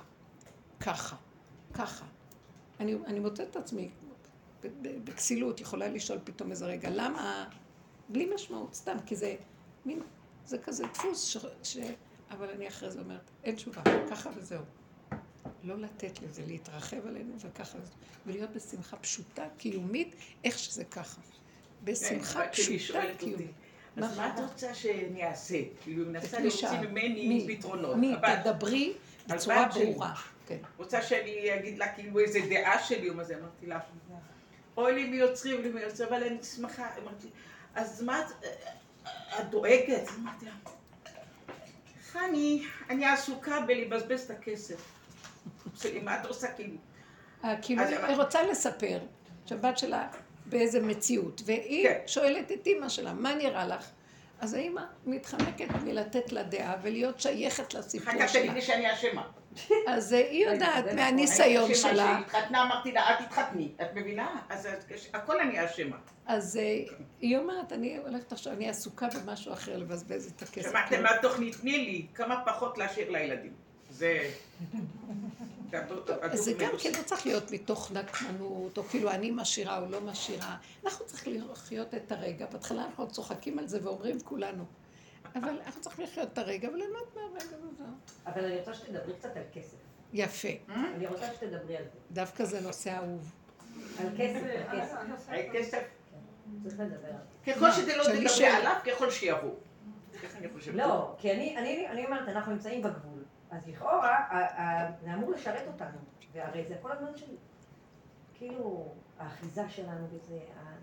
[SPEAKER 1] ככה. אני מוצאת את עצמי בכסילות, יכולה לשאול פתאום איזה רגע, למה? בלי משמעות, סתם, כי זה מין, זה כזה דפוס אבל אני אחרי זה אומרת, אין תשובה, ככה וזהו. לא לתת לזה, להתרחב עלינו וככה, ולהיות בשמחה פשוטה, קיומית, איך שזה ככה. בשמחה פשוטה קיום.
[SPEAKER 2] אז מה את רוצה שאני אעשה? כאילו, מנסה להוציא ממני פתרונות.
[SPEAKER 1] מי? תדברי בצורה ברורה.
[SPEAKER 2] רוצה שאני אגיד לה כאילו איזה דעה שלי, אז אמרתי לה, אוי לי מי יוצרי, אבל אני שמחה. אמרתי, אז מה את דואגת? אמרתי לה, חני, אני עסוקה בלבזבז את הכסף. מה את עושה כאילו?
[SPEAKER 1] כאילו, היא רוצה לספר שהבת שלה באיזה מציאות, והיא שואלת את אמא שלה, מה נראה לך? אז האמא מתחמקת מלתת לה דעה ולהיות שייכת לסיפור שלה.
[SPEAKER 2] חכה, תגידי שאני אשמה.
[SPEAKER 1] אז היא יודעת מהניסיון שלה.
[SPEAKER 2] כשהיא התחתנה אמרתי לה, אל תתחתני, את מבינה? אז הכל אני אשמה.
[SPEAKER 1] אז היא אומרת, אני הולכת עכשיו, אני עסוקה במשהו אחר לבזבז את הכסף.
[SPEAKER 2] שמעתם מהתוכנית, תני לי כמה פחות להשאיר לילדים. זה
[SPEAKER 1] גם כן לא צריך להיות מתוך נקמנות, או כאילו אני משאירה או לא משאירה. אנחנו צריכים לחיות את הרגע. בהתחלה אנחנו צוחקים על זה ואומרים כולנו. אבל אנחנו צריכים לחיות את הרגע וליהנות מהרגע הזה.
[SPEAKER 4] אבל אני רוצה שתדברי קצת על כסף.
[SPEAKER 1] יפה.
[SPEAKER 4] אני רוצה שתדברי על זה.
[SPEAKER 1] דווקא זה נושא אהוב.
[SPEAKER 4] על כסף, על כסף.
[SPEAKER 2] כסף.
[SPEAKER 4] צריך לדבר על זה.
[SPEAKER 2] ככל שזה לא תדברי עליו, ככל שיבוא.
[SPEAKER 4] לא, כי אני אומרת, אנחנו נמצאים בגבול. אז לכאורה, זה אמור לשרת אותנו, והרי זה כל הזמן של, כאילו, האחיזה שלנו וזה,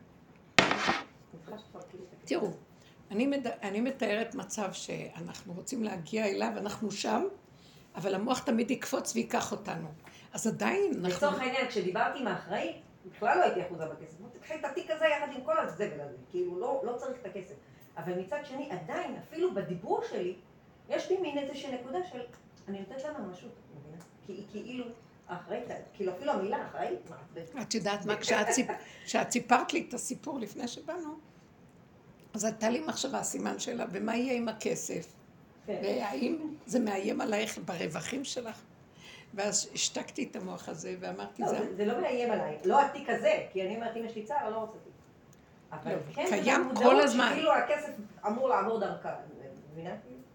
[SPEAKER 1] תראו, אני מתארת מצב שאנחנו רוצים להגיע אליו, אנחנו שם, אבל המוח תמיד יקפוץ ויקח אותנו. אז עדיין אנחנו...
[SPEAKER 4] לצורך העניין, כשדיברתי עם האחראי, בכלל לא הייתי אחוזה בכסף. תקחי את התיק הזה יחד עם כל הזבל הזה, כאילו לא צריך את הכסף. אבל מצד שני, עדיין, אפילו בדיבור שלי, יש לי מין איזושהי נקודה של... אני נותנת לה ממשות, מבינה? כי כאילו, האחראית, כאילו אפילו המילה אחראית, מה?
[SPEAKER 1] את יודעת מה, כשאת סיפרת לי את הסיפור לפני שבאנו, אז הייתה לי מחשבה, סימן שלה, ומה יהיה עם הכסף? והאם זה מאיים עלייך ברווחים שלך? ואז השתקתי את המוח הזה ואמרתי,
[SPEAKER 4] זה לא מאיים עליי, לא התיק הזה, כי אני אומרת, אם יש לי צער, אני לא רוצה תיק. אבל
[SPEAKER 1] קיים כל הזמן.
[SPEAKER 4] שכאילו הכסף אמור לעבור דרכה, מבינה?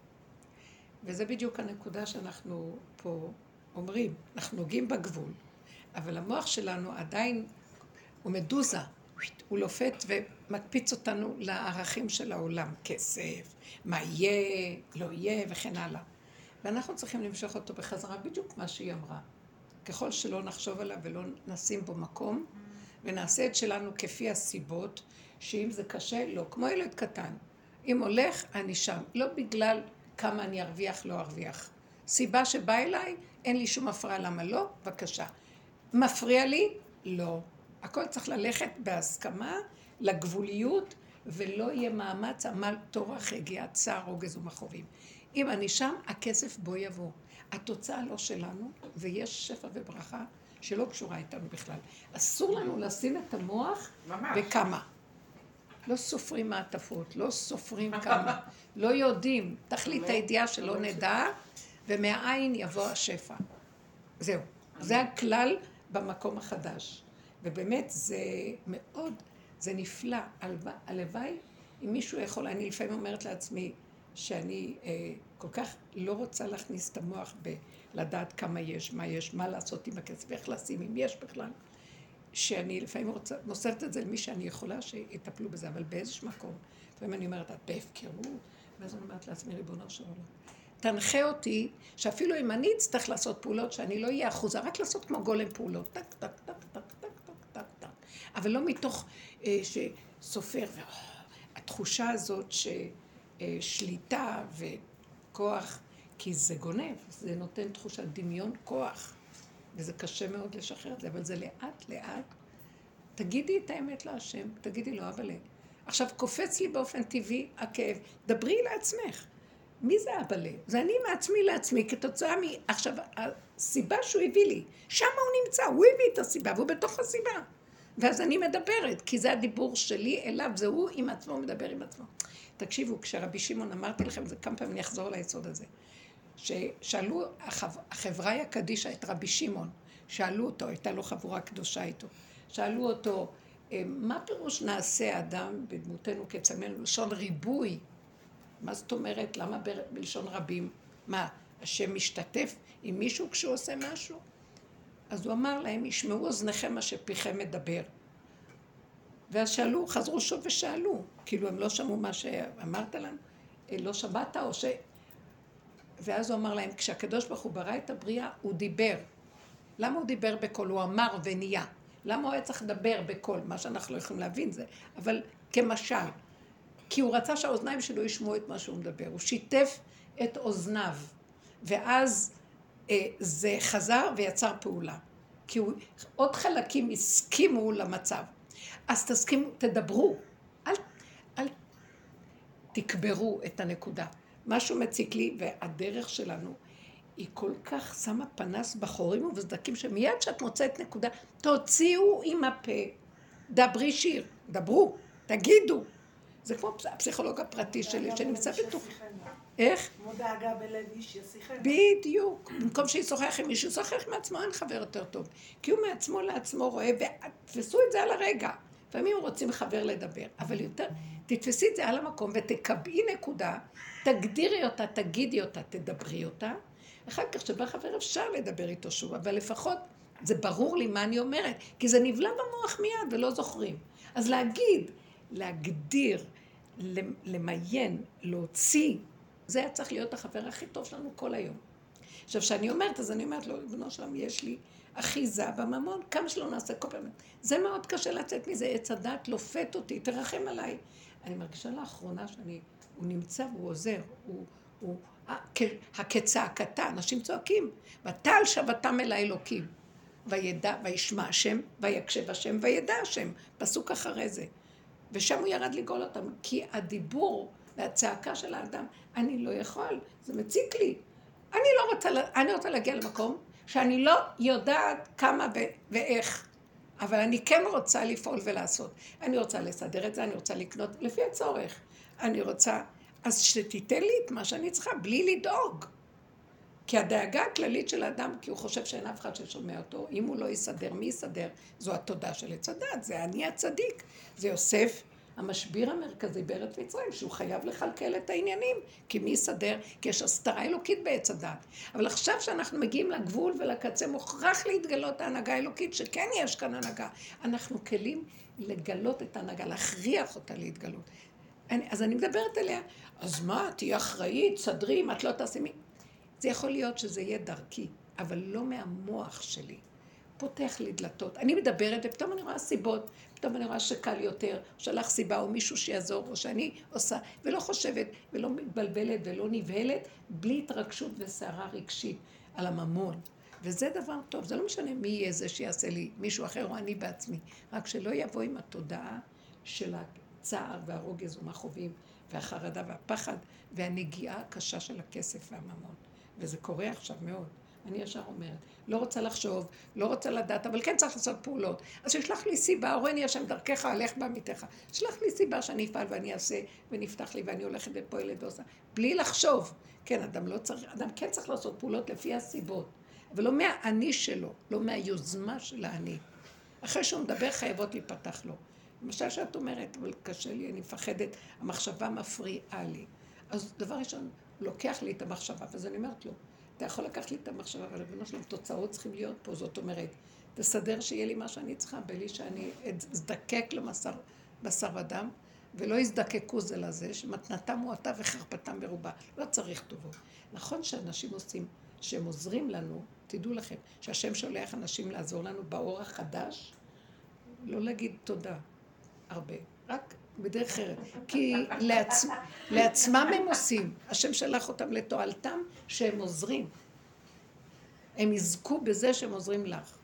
[SPEAKER 1] וזה בדיוק הנקודה שאנחנו פה אומרים, אנחנו נוגעים בגבול, אבל המוח שלנו עדיין הוא מדוזה, הוא לופת ומקפיץ אותנו לערכים של העולם, כסף, מה יהיה, לא יהיה וכן הלאה. ואנחנו צריכים למשוך אותו בחזרה, בדיוק מה שהיא אמרה. ככל שלא נחשוב עליו ולא נשים בו מקום, ונעשה את שלנו כפי הסיבות, שאם זה קשה, לא, כמו ילד קטן. אם הולך, אני שם, לא בגלל כמה אני ארוויח, לא ארוויח. סיבה שבא אליי, אין לי שום הפרעה, למה לא? בבקשה. מפריע לי? לא. הכל צריך ללכת בהסכמה, לגבוליות, ולא יהיה מאמץ, עמל, טורח, הגיע, צער, רוגז ומכאובים. אם אני שם, הכסף בו יבוא. התוצאה לא שלנו, ויש שפע וברכה שלא קשורה איתנו בכלל. אסור לנו לשים את המוח בכמה. לא סופרים מעטפות, לא סופרים כמה, לא יודעים. תכלית הידיעה שלא נדע, ומהעין יבוא השפע. זהו. זה הכלל במקום החדש. ובאמת זה מאוד, זה נפלא. הלוואי, אם מישהו יכול, אני לפעמים אומרת לעצמי, שאני כל כך לא רוצה להכניס את המוח בלדעת כמה יש, מה יש, מה לעשות עם הכסף, איך לשים, אם יש בכלל. שאני לפעמים מוסרת את זה למי שאני יכולה שיטפלו בזה, אבל באיזשהו מקום. לפעמים אני אומרת, את בהפקרות, ואז אני אומרת לעצמי, ריבונו של עולם. תנחה אותי, שאפילו אם אני אצטרך לעשות פעולות, שאני לא אהיה אחוזה, רק לעשות כמו גולם פעולות, טק, טק, טק, טק, טק, טק, טק, טק. אבל לא מתוך שסופר, התחושה הזאת ששליטה וכוח, כי זה גונב, זה נותן תחושת דמיון כוח. וזה קשה מאוד לשחרר את זה, אבל זה לאט לאט. תגידי את האמת להשם, תגידי לו, אבל עכשיו קופץ לי באופן טבעי הכאב, דברי לעצמך. מי זה אבא? זה אני מעצמי לעצמי, כתוצאה עכשיו, הסיבה שהוא הביא לי, שם הוא נמצא, הוא הביא את הסיבה, והוא בתוך הסיבה. ואז אני מדברת, כי זה הדיבור שלי אליו, זה הוא עם עצמו מדבר עם עצמו. תקשיבו, כשרבי שמעון אמרתי לכם, זה כמה פעמים אני אחזור ליסוד הזה. ששאלו החבריה הקדישה את רבי שמעון, שאלו אותו, הייתה לו חבורה קדושה איתו, שאלו אותו, מה פירוש נעשה אדם בדמותנו כצלמנו, בלשון ריבוי? מה זאת אומרת? למה בלשון רבים? מה, השם משתתף עם מישהו כשהוא עושה משהו? אז הוא אמר להם, ישמעו אוזניכם מה שפיכם מדבר. ואז שאלו, חזרו שוב ושאלו, כאילו הם לא שמעו מה שאמרת להם, לא שמעת או ש... ואז הוא אמר להם, כשהקדוש ברוך הוא ברא את הבריאה, הוא דיבר. למה הוא דיבר בקול? הוא אמר ונהיה. למה הוא היה צריך לדבר בקול? מה שאנחנו לא יכולים להבין זה, אבל כמשל. כי הוא רצה שהאוזניים שלו ישמעו את מה שהוא מדבר. הוא שיתף את אוזניו, ואז זה חזר ויצר פעולה. כי עוד חלקים הסכימו למצב. אז תסכימו, תדברו. אל תקברו את הנקודה. משהו מציק לי, והדרך שלנו היא כל כך שמה פנס בחורים ובסדקים, שמיד שאת מוצאת נקודה, תוציאו עם הפה, דברי שיר, דברו, תגידו. זה כמו הפסיכולוג הפרטי שלי, שנמצא בתוך... איך?
[SPEAKER 3] כמו דאגה בלב איש ישיחנו.
[SPEAKER 1] בדיוק. במקום שישוחח עם מישהו, ישוחח עם עצמו, אין חבר יותר טוב. כי הוא מעצמו לעצמו רואה, ותפסו את זה על הרגע. לפעמים רוצים חבר לדבר, אבל יותר, תתפסי את זה על המקום ותקבעי נקודה, תגדירי אותה, תגידי אותה, תדברי אותה. אחר כך שבא חבר אפשר לדבר איתו שוב, אבל לפחות זה ברור לי מה אני אומרת, כי זה נבלע במוח מיד ולא זוכרים. אז להגיד, להגדיר, למיין, להוציא, זה היה צריך להיות החבר הכי טוב שלנו כל היום. עכשיו, כשאני אומרת, אז אני אומרת לו, בנו שלם, יש לי אחיזה בממון, כמה שלא נעשה כל פעם. זה מאוד קשה לצאת מזה, עץ הדת לופת אותי, תרחם עליי. אני מרגישה לאחרונה הוא נמצא והוא עוזר, הוא הכצעקתה, אנשים צועקים, ותעל שבתם אל האלוקים, וישמע השם, ויקשב השם, וידע השם, פסוק אחרי זה. ושם הוא ירד לגאול אותם, כי הדיבור והצעקה של האדם, אני לא יכול, זה מציק לי. אני רוצה להגיע למקום שאני לא יודעת כמה ואיך, אבל אני כן רוצה לפעול ולעשות. אני רוצה לסדר את זה, אני רוצה לקנות לפי הצורך. אני רוצה, אז שתיתן לי את מה שאני צריכה, בלי לדאוג. כי הדאגה הכללית של האדם, כי הוא חושב שאין אף אחד ששומע אותו, אם הוא לא יסדר, מי יסדר? זו התודה של עץ הדת, זה אני הצדיק. זה יוסף, המשביר המרכזי בארץ מצרים, שהוא חייב לכלכל את העניינים, כי מי יסדר? כי יש הסתרה אלוקית בעץ הדת. אבל עכשיו שאנחנו מגיעים לגבול ולקצה, מוכרח להתגלות ההנהגה האלוקית, שכן יש כאן הנהגה. אנחנו כלים לגלות את ההנהגה, להכריח אותה להתגלות. אז אני מדברת אליה, אז מה, תהיה אחראית, סדרי, אם את לא תעשי מי? זה יכול להיות שזה יהיה דרכי, אבל לא מהמוח שלי. פותח לי דלתות. אני מדברת ופתאום אני רואה סיבות, פתאום אני רואה שקל יותר, שלח סיבה או מישהו שיעזור, או שאני עושה, ולא חושבת, ולא מתבלבלת, ולא נבהלת, בלי התרגשות וסערה רגשית על הממון. וזה דבר טוב, זה לא משנה מי יהיה זה שיעשה לי, מישהו אחר או אני בעצמי, רק שלא יבוא עם התודעה של הצער והרוגז ומחובים, והחרדה והפחד, והנגיעה הקשה של הכסף והממון. וזה קורה עכשיו מאוד. אני ישר אומרת, לא רוצה לחשוב, לא רוצה לדעת, אבל כן צריך לעשות פעולות. אז שישלח לי סיבה, הורני השם דרכך, הלך בעמיתך. שלח לי סיבה שאני אפעל ואני אעשה, ונפתח לי ואני הולכת ופועלת ועושה. בלי לחשוב. כן, אדם כן צריך לעשות פעולות לפי הסיבות, אבל לא מהאני שלו, לא מהיוזמה של האני. אחרי שהוא מדבר חייבות להיפתח לו. למשל שאת אומרת, אבל קשה לי, אני מפחדת, המחשבה מפריעה לי. אז דבר ראשון, הוא לוקח לי את המחשבה, ואז אני אומרת לו, אתה יכול לקחת לי את המחשבה, אבל לבנו שלנו, תוצאות צריכים להיות פה, זאת אומרת, תסדר שיהיה לי מה שאני צריכה, בלי שאני אזדקק בשר ודם, ולא יזדקקו זה לזה, שמתנתם מועטה וחרפתם מרובה. לא צריך טובות. נכון שאנשים עושים, שהם עוזרים לנו, תדעו לכם, שהשם שולח אנשים לעזור לנו באור החדש, לא להגיד תודה הרבה, רק בדרך אחרת. כי לעצמם הם עושים, השם שלח אותם לתועלתם שהם עוזרים. הם יזכו בזה שהם עוזרים לך.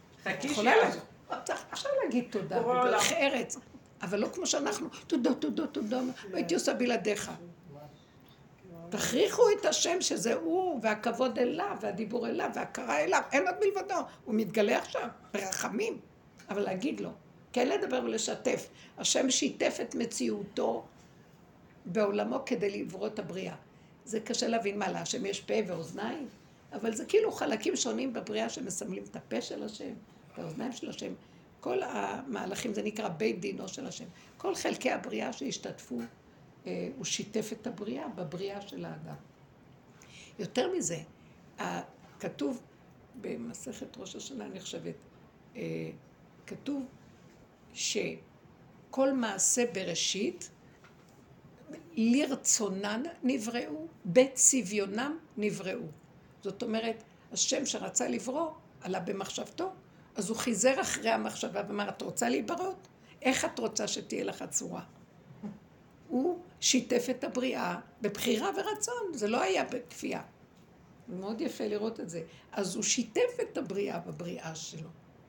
[SPEAKER 1] אפשר להגיד תודה בדרך ארץ, אבל לא כמו שאנחנו, תודה, תודה, תודה, והייתי עושה בלעדיך. תכריחו את השם שזה הוא, והכבוד אליו, והדיבור אליו, וההכרה אליו, אין עוד מלבדו. הוא מתגלה עכשיו, ברחמים, אבל להגיד לו, כן לדבר ולשתף. השם שיתף את מציאותו בעולמו כדי לעבור את הבריאה. זה קשה להבין מה, להשם יש פה ואוזניים, אבל זה כאילו חלקים שונים בבריאה שמסמלים את הפה של השם, את האוזניים של השם. כל המהלכים, זה נקרא בית דינו של השם. כל חלקי הבריאה שהשתתפו, הוא שיתף את הבריאה בבריאה של האדם. יותר מזה, כתוב במסכת ראש השנה, אני חושבת, כתוב כל מעשה בראשית, לרצונן נבראו, בצביונם נבראו. זאת אומרת, השם שרצה לברוא, עלה במחשבתו, אז הוא חיזר אחרי המחשבה ואמר, את רוצה להיברות? איך את רוצה שתהיה לך צורה? הוא שיתף את הבריאה בבחירה ורצון, זה לא היה בכפייה. זה מאוד יפה לראות את זה. אז הוא שיתף את הבריאה בבריאה שלו.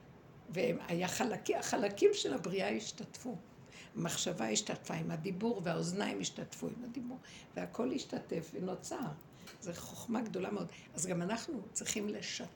[SPEAKER 1] והחלקים של הבריאה השתתפו. המחשבה השתתפה עם הדיבור, והאוזניים השתתפו עם הדיבור, והכל השתתף ונוצר. זו חוכמה גדולה מאוד. אז גם אנחנו צריכים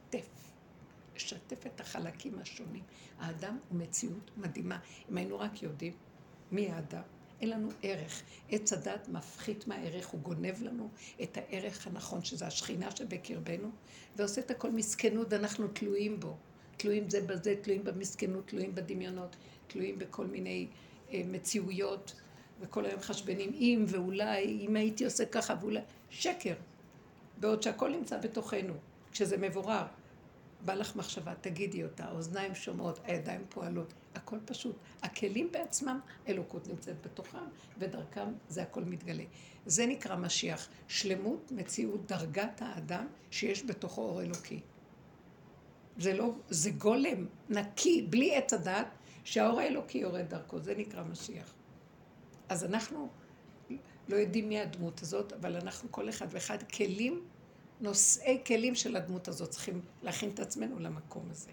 [SPEAKER 1] לשתף את החלקים השונים. האדם הוא מציאות מדהימה. אם היינו רק יודעים מי האדם, אין לנו ערך. עץ הדת מפחית מהערך, הוא גונב לנו את הערך הנכון, שזה השכינה שבקרבנו, ועושה את הכל מסכנות, ואנחנו תלויים בו. תלויים זה בזה, תלויים במסכנות, תלויים בדמיונות, תלויים בכל מיני מציאויות, וכל היום חשבנים אם ואולי, אם הייתי עושה ככה ואולי, שקר. בעוד שהכל נמצא בתוכנו, כשזה מבורר. בא לך מחשבה, תגידי אותה, האוזניים שומעות, הידיים פועלות, הכל פשוט. הכלים בעצמם, אלוקות נמצאת בתוכם, ודרכם זה הכל מתגלה. זה נקרא משיח, שלמות, מציאות, דרגת האדם שיש בתוכו אור אלוקי. זה לא, זה גולם, נקי, בלי עץ הדעת, שהאור האלוקי יורד דרכו, זה נקרא משיח. אז אנחנו לא יודעים מי הדמות הזאת, אבל אנחנו כל אחד ואחד כלים, נושאי כלים של הדמות הזאת, צריכים להכין את עצמנו למקום הזה.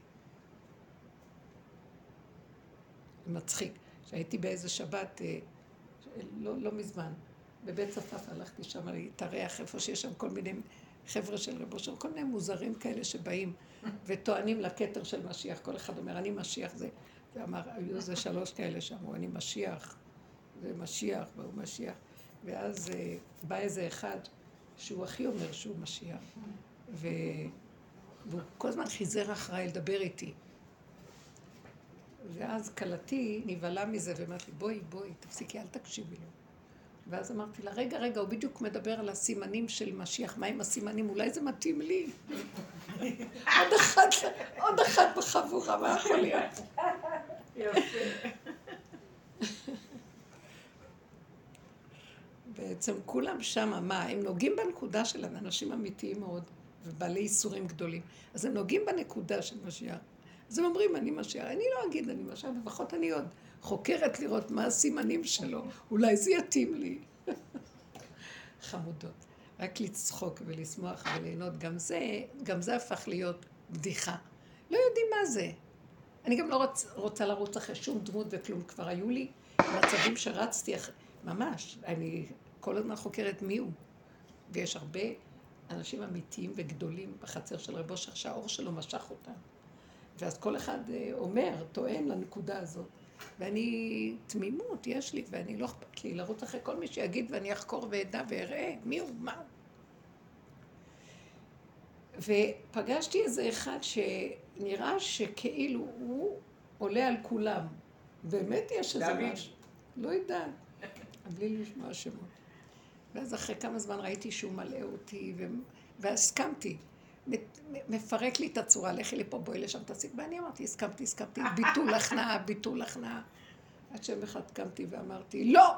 [SPEAKER 1] מצחיק, שהייתי באיזה שבת, לא מזמן, בבית צפף הלכתי שם להתארח, איפה שיש שם כל מיני חבר'ה של רבו שם, כל מיני מוזרים כאלה שבאים וטוענים לכתר של משיח, כל אחד אומר, אני משיח, זה אמר, היו זה 3 כאלה שאמרו, אני משיח, זה משיח, והוא משיח, ואז בא איזה אחד, שהוא הכי אומר שהוא משיח, והוא כל הזמן חיזר אחריי לדבר איתי. ואז קלתי נבהלה מזה, ואמרתי, בואי, תפסיקי, אל תקשיבי לו. ואז אמרתי לה, רגע, הוא בדיוק מדבר על הסימנים של משיח, מה עם הסימנים? אולי זה מתאים לי. עוד אחד בחבורה, מה יכול להיות? יפה. בעצם כולם שם, מה? הם נוגעים בנקודה של אנשים אמיתיים מאוד, ובעלי איסורים גדולים. אז הם נוגעים בנקודה של משיח. אז הם אומרים, אני משיח. אני לא אגיד, אני משיח, לפחות אני עוד חוקרת לראות מה הסימנים שלו. אולי זה יתאים לי. חמודות. רק לצחוק ולשמוח וליהנות. גם זה הפך להיות בדיחה. לא יודעים מה זה. אני גם לא רוצה לרוץ אחרי שום דמות וכלום. כבר היו לי מצבים שרצתי ממש. אני כל הזמן חוקרת מי הוא. ויש הרבה אנשים אמיתיים וגדולים בחצר של רבו שהאור שלו משך אותם. ואז כל אחד אומר, טוען לנקודה הזאת. ואני תמימות, יש לי, ואני לא אכפת לי לרוץ אחרי כל מי שיגיד, ואני אחקור ואדע ואראה מי הוא, מה. ופגשתי איזה אחד שנראה שכאילו הוא עולה על כולם. באמת יש איזה משהו. לא יודעת, בלי לשמוע שמות. ואז אחרי כמה זמן ראיתי שהוא מלא אותי, והסכמתי. מפרק לי את הצורה, לכי לפה, בואי לשם, תסיק. ואני אמרתי, הסכמתי, ביטול הכנעה. עד שם אחד קמתי ואמרתי, לא!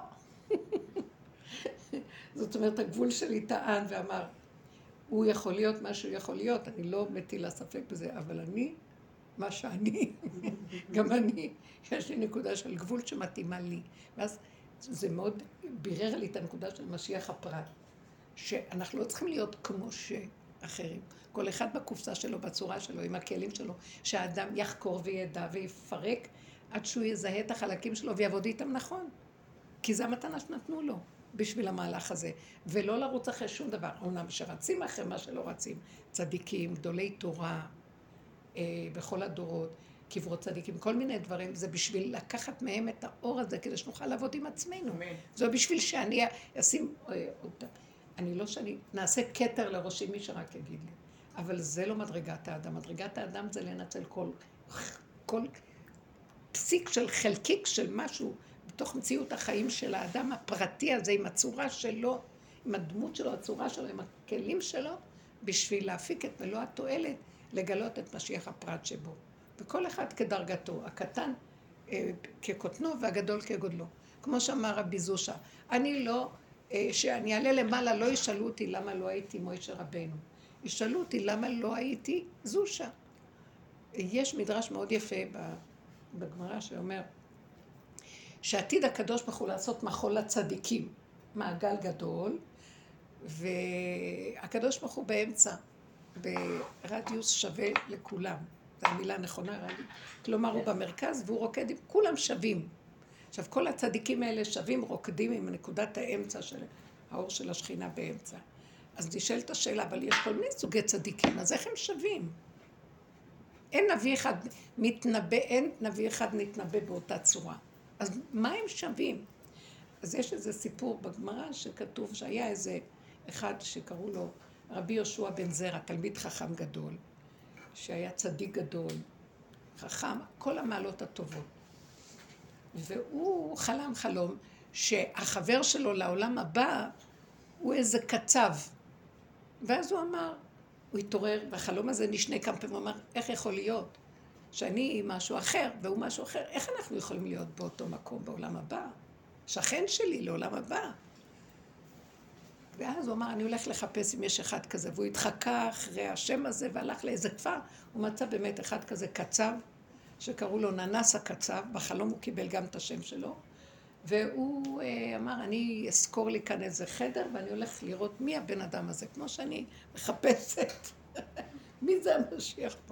[SPEAKER 1] זאת אומרת, הגבול שלי טען ואמר, הוא יכול להיות מה שהוא יכול להיות, אני לא מטילה ספק בזה, אבל אני, מה שאני, גם אני, יש לי נקודה של גבול שמתאימה לי. ואז זה מאוד בירר לי את הנקודה של משיח הפרט, שאנחנו לא צריכים להיות כמו שאחרים. כל אחד בקופסה שלו, בצורה שלו, עם הכלים שלו, שהאדם יחקור וידע ויפרק עד שהוא יזהה את החלקים שלו ויעבוד איתם נכון. כי זה המתנה שנתנו לו בשביל המהלך הזה. ולא לרוץ אחרי שום דבר. אומנם שרצים אחרי מה שלא רצים. צדיקים, גדולי תורה, בכל הדורות, קברות צדיקים, כל מיני דברים. זה בשביל לקחת מהם את האור הזה כדי שנוכל לעבוד עם עצמנו. זה בשביל שאני אשים אותה. אני לא שאני נעשה כתר לראשי מי שרק יגיד לי. אבל זה לא מדרגת האדם. מדרגת האדם זה לנצל כל פסיק של חלקיק של משהו בתוך מציאות החיים של האדם הפרטי הזה, עם הצורה שלו, עם הדמות שלו, הצורה שלו, עם הכלים שלו, בשביל להפיק את מלוא התועלת, לגלות את משיח הפרט שבו. וכל אחד כדרגתו. הקטן כקוטנו והגדול כגודלו. כמו שאמר רבי זושה, אני לא, שאני אעלה למעלה לא ישאלו אותי למה לא הייתי מוישה רבנו. ישאלו אותי למה לא הייתי זושה. יש מדרש מאוד יפה בגמרא שאומר שעתיד הקדוש ברוך הוא לעשות מחול לצדיקים, מעגל גדול, והקדוש ברוך הוא באמצע, ברדיוס שווה לכולם. זו המילה הנכונה, רדיוס. כלומר הוא במרכז והוא רוקד עם כולם שווים. עכשיו כל הצדיקים האלה שווים רוקדים עם נקודת האמצע של האור של השכינה באמצע. אז נשאלת השאלה, אבל יש כל מיני סוגי צדיקים, אז איך הם שווים? אין נביא אחד מתנבא באותה צורה. אז מה הם שווים? אז יש איזה סיפור בגמרא שכתוב שהיה איזה אחד שקראו לו רבי יהושע בן זרע, תלמיד חכם גדול, שהיה צדיק גדול, חכם, כל המעלות הטובות. והוא חלם חלום שהחבר שלו לעולם הבא הוא איזה קצב. ואז הוא אמר, הוא התעורר, והחלום הזה נשנה כמה פעמים, הוא אמר, איך יכול להיות שאני משהו אחר והוא משהו אחר? איך אנחנו יכולים להיות באותו מקום בעולם הבא? שכן שלי לעולם הבא. ואז הוא אמר, אני הולך לחפש אם יש אחד כזה, והוא התחקה אחרי השם הזה והלך לאיזה כפר, הוא מצא באמת אחד כזה קצב, שקראו לו ננס הקצב, בחלום הוא קיבל גם את השם שלו, והוא אמר, אני אזכור לי כאן איזה חדר, ואני הולך לראות מי הבן אדם הזה, כמו שאני מחפשת, מי זה המשיח פה.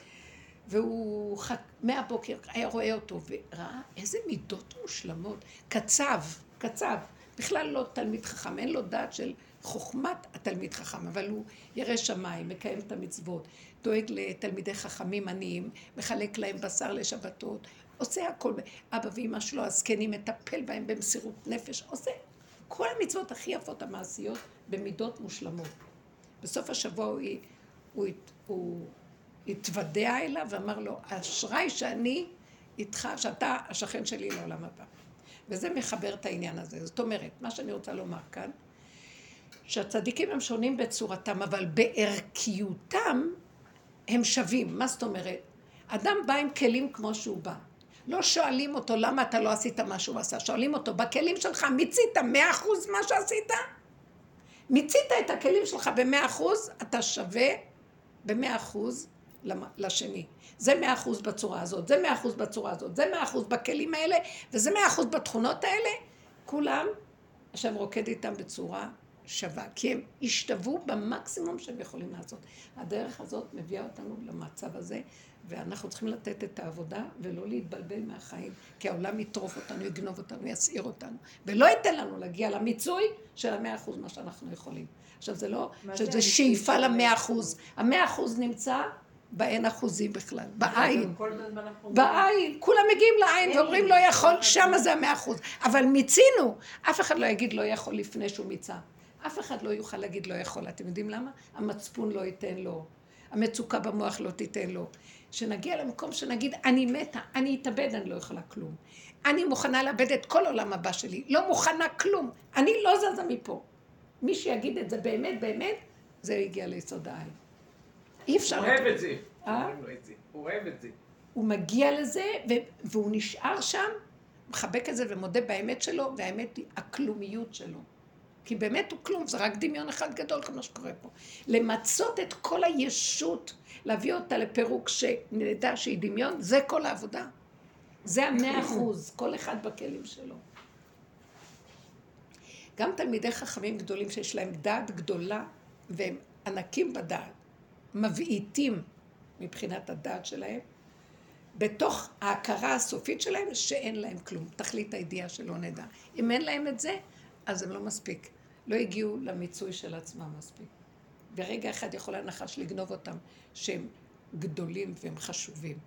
[SPEAKER 1] והוא מהבוקר היה רואה אותו, וראה איזה מידות מושלמות, קצב, בכלל לא תלמיד חכם, אין לו דעת של חוכמת התלמיד חכם, אבל הוא ירא שמיים, מקיים את המצוות, דואג לתלמידי חכמים עניים, מחלק להם בשר לשבתות, עושה הכל, אבא ואמא שלו הזקנים מטפל בהם במסירות נפש, עושה כל המצוות הכי יפות המעשיות במידות מושלמות. בסוף השבוע הוא התוודע אליו ואמר לו, אשרי שאני איתך, שאתה השכן שלי לעולם הבא. וזה מחבר את העניין הזה. זאת אומרת, מה שאני רוצה לומר כאן, שהצדיקים הם שונים בצורתם, אבל בערכיותם הם שווים. מה זאת אומרת? אדם בא עם כלים כמו שהוא בא. לא שואלים אותו למה אתה לא עשית מה שהוא עשה. שואלים אותו, בכלים שלך מיצית 100% מה שעשית? מיצית את הכלים שלך ב100%, אתה שווה ב100% לשני. זה 100% בצורה הזאת, זה 100% בצורה הזאת, זה 100% בכלים האלה, וזה 100% בתכונות האלה. כולם, השם רוקד איתם בצורה שווה, כי הם השתוו במקסימום שהם יכולים לעשות. הדרך הזאת מביאה אותנו למצב הזה, ואנחנו צריכים לתת את העבודה ולא להתבלבל מהחיים, כי העולם יטרוף אותנו, יגנוב אותנו, יסעיר אותנו, ולא ייתן לנו להגיע למיצוי של 100% מה שאנחנו יכולים. עכשיו זה לא, שזה שאיפה ל100%. 100% נמצא באין אחוזים בכלל, בעין. בעין, כולם מגיעים לעין ואומרים לא יכול, שם זה 100%. אבל מיצינו, אף אחד לא יגיד לא יכול לפני שהוא מיצה. אף אחד לא יוכל להגיד לא יכול. אתם יודעים למה? המצפון לא ייתן לו. המצוקה במוח לא תיתן לו. שנגיע למקום שנגיד, אני מתה, אני אתאבד, אני לא יכולה כלום. אני מוכנה לאבד את כל עולם הבא שלי. לא מוכנה כלום. אני לא זזה מפה. מי שיגיד את זה באמת, באמת, זה יגיע ליסוד העין. אי אפשר...
[SPEAKER 2] הוא אוהב את זה. הוא אוהב את זה.
[SPEAKER 1] הוא מגיע לזה, והוא נשאר שם, מחבק את זה ומודה באמת שלו, והאמת היא הכלומיות שלו. כי באמת הוא כלום, זה רק דמיון אחד גדול כמו שקורה פה. למצות את כל הישות, להביא אותה לפירוק שנדע שהיא דמיון, זה כל העבודה. זה 100%, כל אחד בכלים שלו. גם תלמידי חכמים גדולים שיש להם דעת גדולה, והם ענקים בדעת, מבעיטים מבחינת הדעת שלהם, בתוך ההכרה הסופית שלהם שאין להם כלום, תכלית הידיעה שלא נדע. אם אין להם את זה, אז הם לא מספיק. לא הגיעו למיצוי של עצמם מספיק. ברגע אחד יכול הנחש לגנוב אותם, שהם גדולים והם חשובים.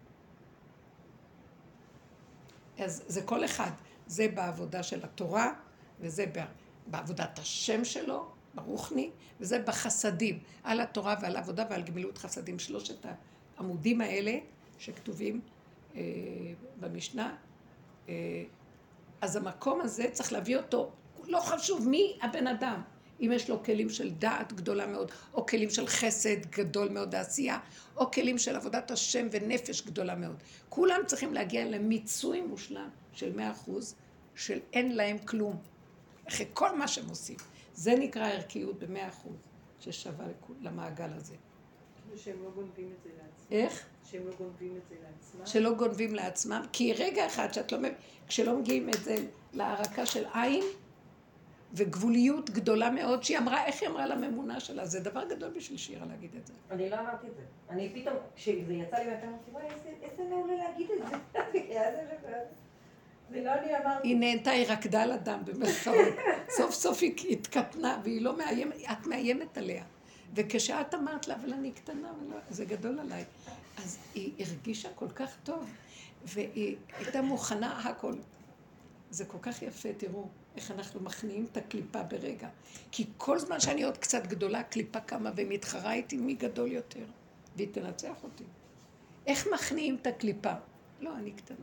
[SPEAKER 1] אז זה כל אחד, זה בעבודה של התורה, וזה בעבודת השם שלו, ברוחני, וזה בחסדים, על התורה ועל העבודה ועל גמילות חסדים, שלושת העמודים האלה שכתובים במשנה. אז המקום הזה צריך להביא אותו, לא חשוב מי הבן אדם, אם יש לו כלים של דעת גדולה מאוד, או כלים של חסד גדול מאוד העשייה, או כלים של עבודת השם ונפש גדולה מאוד. כולם צריכים להגיע למיצוי מושלם של 100%, של אין להם כלום. אחרי כל מה שהם עושים. זה נקרא ערכיות ב100%, ששווה למעגל הזה.
[SPEAKER 3] שהם לא גונבים את זה לעצמם.
[SPEAKER 1] איך?
[SPEAKER 3] שהם לא גונבים את זה לעצמם.
[SPEAKER 1] שלא גונבים לעצמם, כי רגע אחד שאת לא מבין, כשלא מגיעים את זה להערקה של עין, וגבוליות גדולה מאוד, שהיא אמרה, איך היא אמרה לממונה שלה? זה דבר גדול בשביל שירה להגיד את זה.
[SPEAKER 4] אני לא אמרתי את זה. אני פתאום, כשזה יצא לי מהפה, אמרתי, וואי, איזה מעולה להגיד את זה. זה לא אני אמרתי.
[SPEAKER 1] היא נהנתה, היא רקדה על אדם במרכאות. סוף סוף היא התקטנה, והיא לא מאיימת, את מאיימת עליה. וכשאת אמרת לה, אבל אני קטנה, זה גדול עליי. אז היא הרגישה כל כך טוב, והיא הייתה מוכנה הכל. זה כל כך יפה, תראו, איך אנחנו מכניעים את הקליפה ברגע. כי כל זמן שאני עוד קצת גדולה, קליפה קמה ומתחרה איתי מי גדול יותר, והיא תנצח אותי. איך מכניעים את הקליפה? לא, אני קטנה.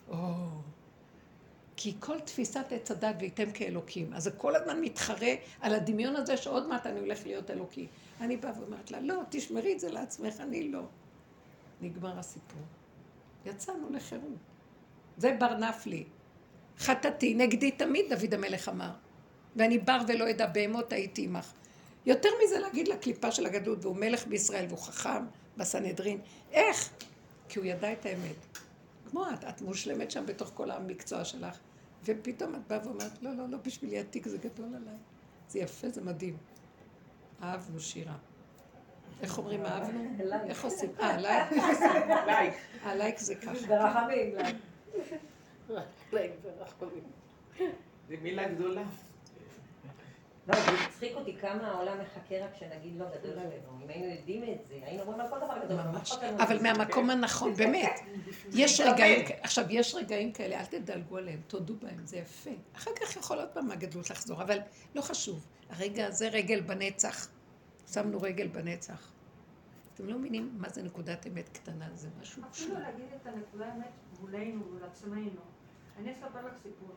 [SPEAKER 1] כי כל תפיסת עץ הדת והייתם כאלוקים, אז זה כל הזמן מתחרה על הדמיון הזה שעוד מעט אני הולך להיות אלוקי. אני באה ואומרת לה, לא, תשמרי את זה לעצמך, אני לא. נגמר הסיפור. יצאנו לחירום. זה בר נפלי. חטאתי, נגדי תמיד, דוד המלך אמר. ואני בר ולא ידע בהמות הייתי עמך. יותר מזה להגיד לקליפה של הגדלות, והוא מלך בישראל והוא חכם בסנהדרין. איך? כי הוא ידע את האמת. כמו את מושלמת שם בתוך כל המקצוע שלך, ופתאום את באה ואומרת, לא, לא, לא, בשבילי התיק זה גדול עליי. זה יפה, זה מדהים. אהבנו שירה. איך אומרים אהבנו? איך עושים? לייק. לייק זה ככה.
[SPEAKER 4] ברחמים, לייק.
[SPEAKER 3] לייק ורחמים.
[SPEAKER 2] זה מילה גדולה.
[SPEAKER 4] לא, זה הצחיק אותי כמה העולם מחכה רק שנגיד לא גדול עלינו. אם היינו יודעים את זה, היינו אומרים על כל דבר גדול.
[SPEAKER 1] ממש. אבל מהמקום הנכון, באמת. יש רגעים, עכשיו יש רגעים כאלה, אל תדלגו עליהם, תודו בהם, זה יפה. אחר כך יכול עוד פעם הגדלות לחזור, אבל לא חשוב. הרגע הזה רגל בנצח. שמנו רגל בנצח. אתם לא מבינים מה זה נקודת אמת קטנה, זה משהו
[SPEAKER 3] אפילו להגיד את הנקודה האמת מולנו ולעצמנו. אני אספר לך סיפור.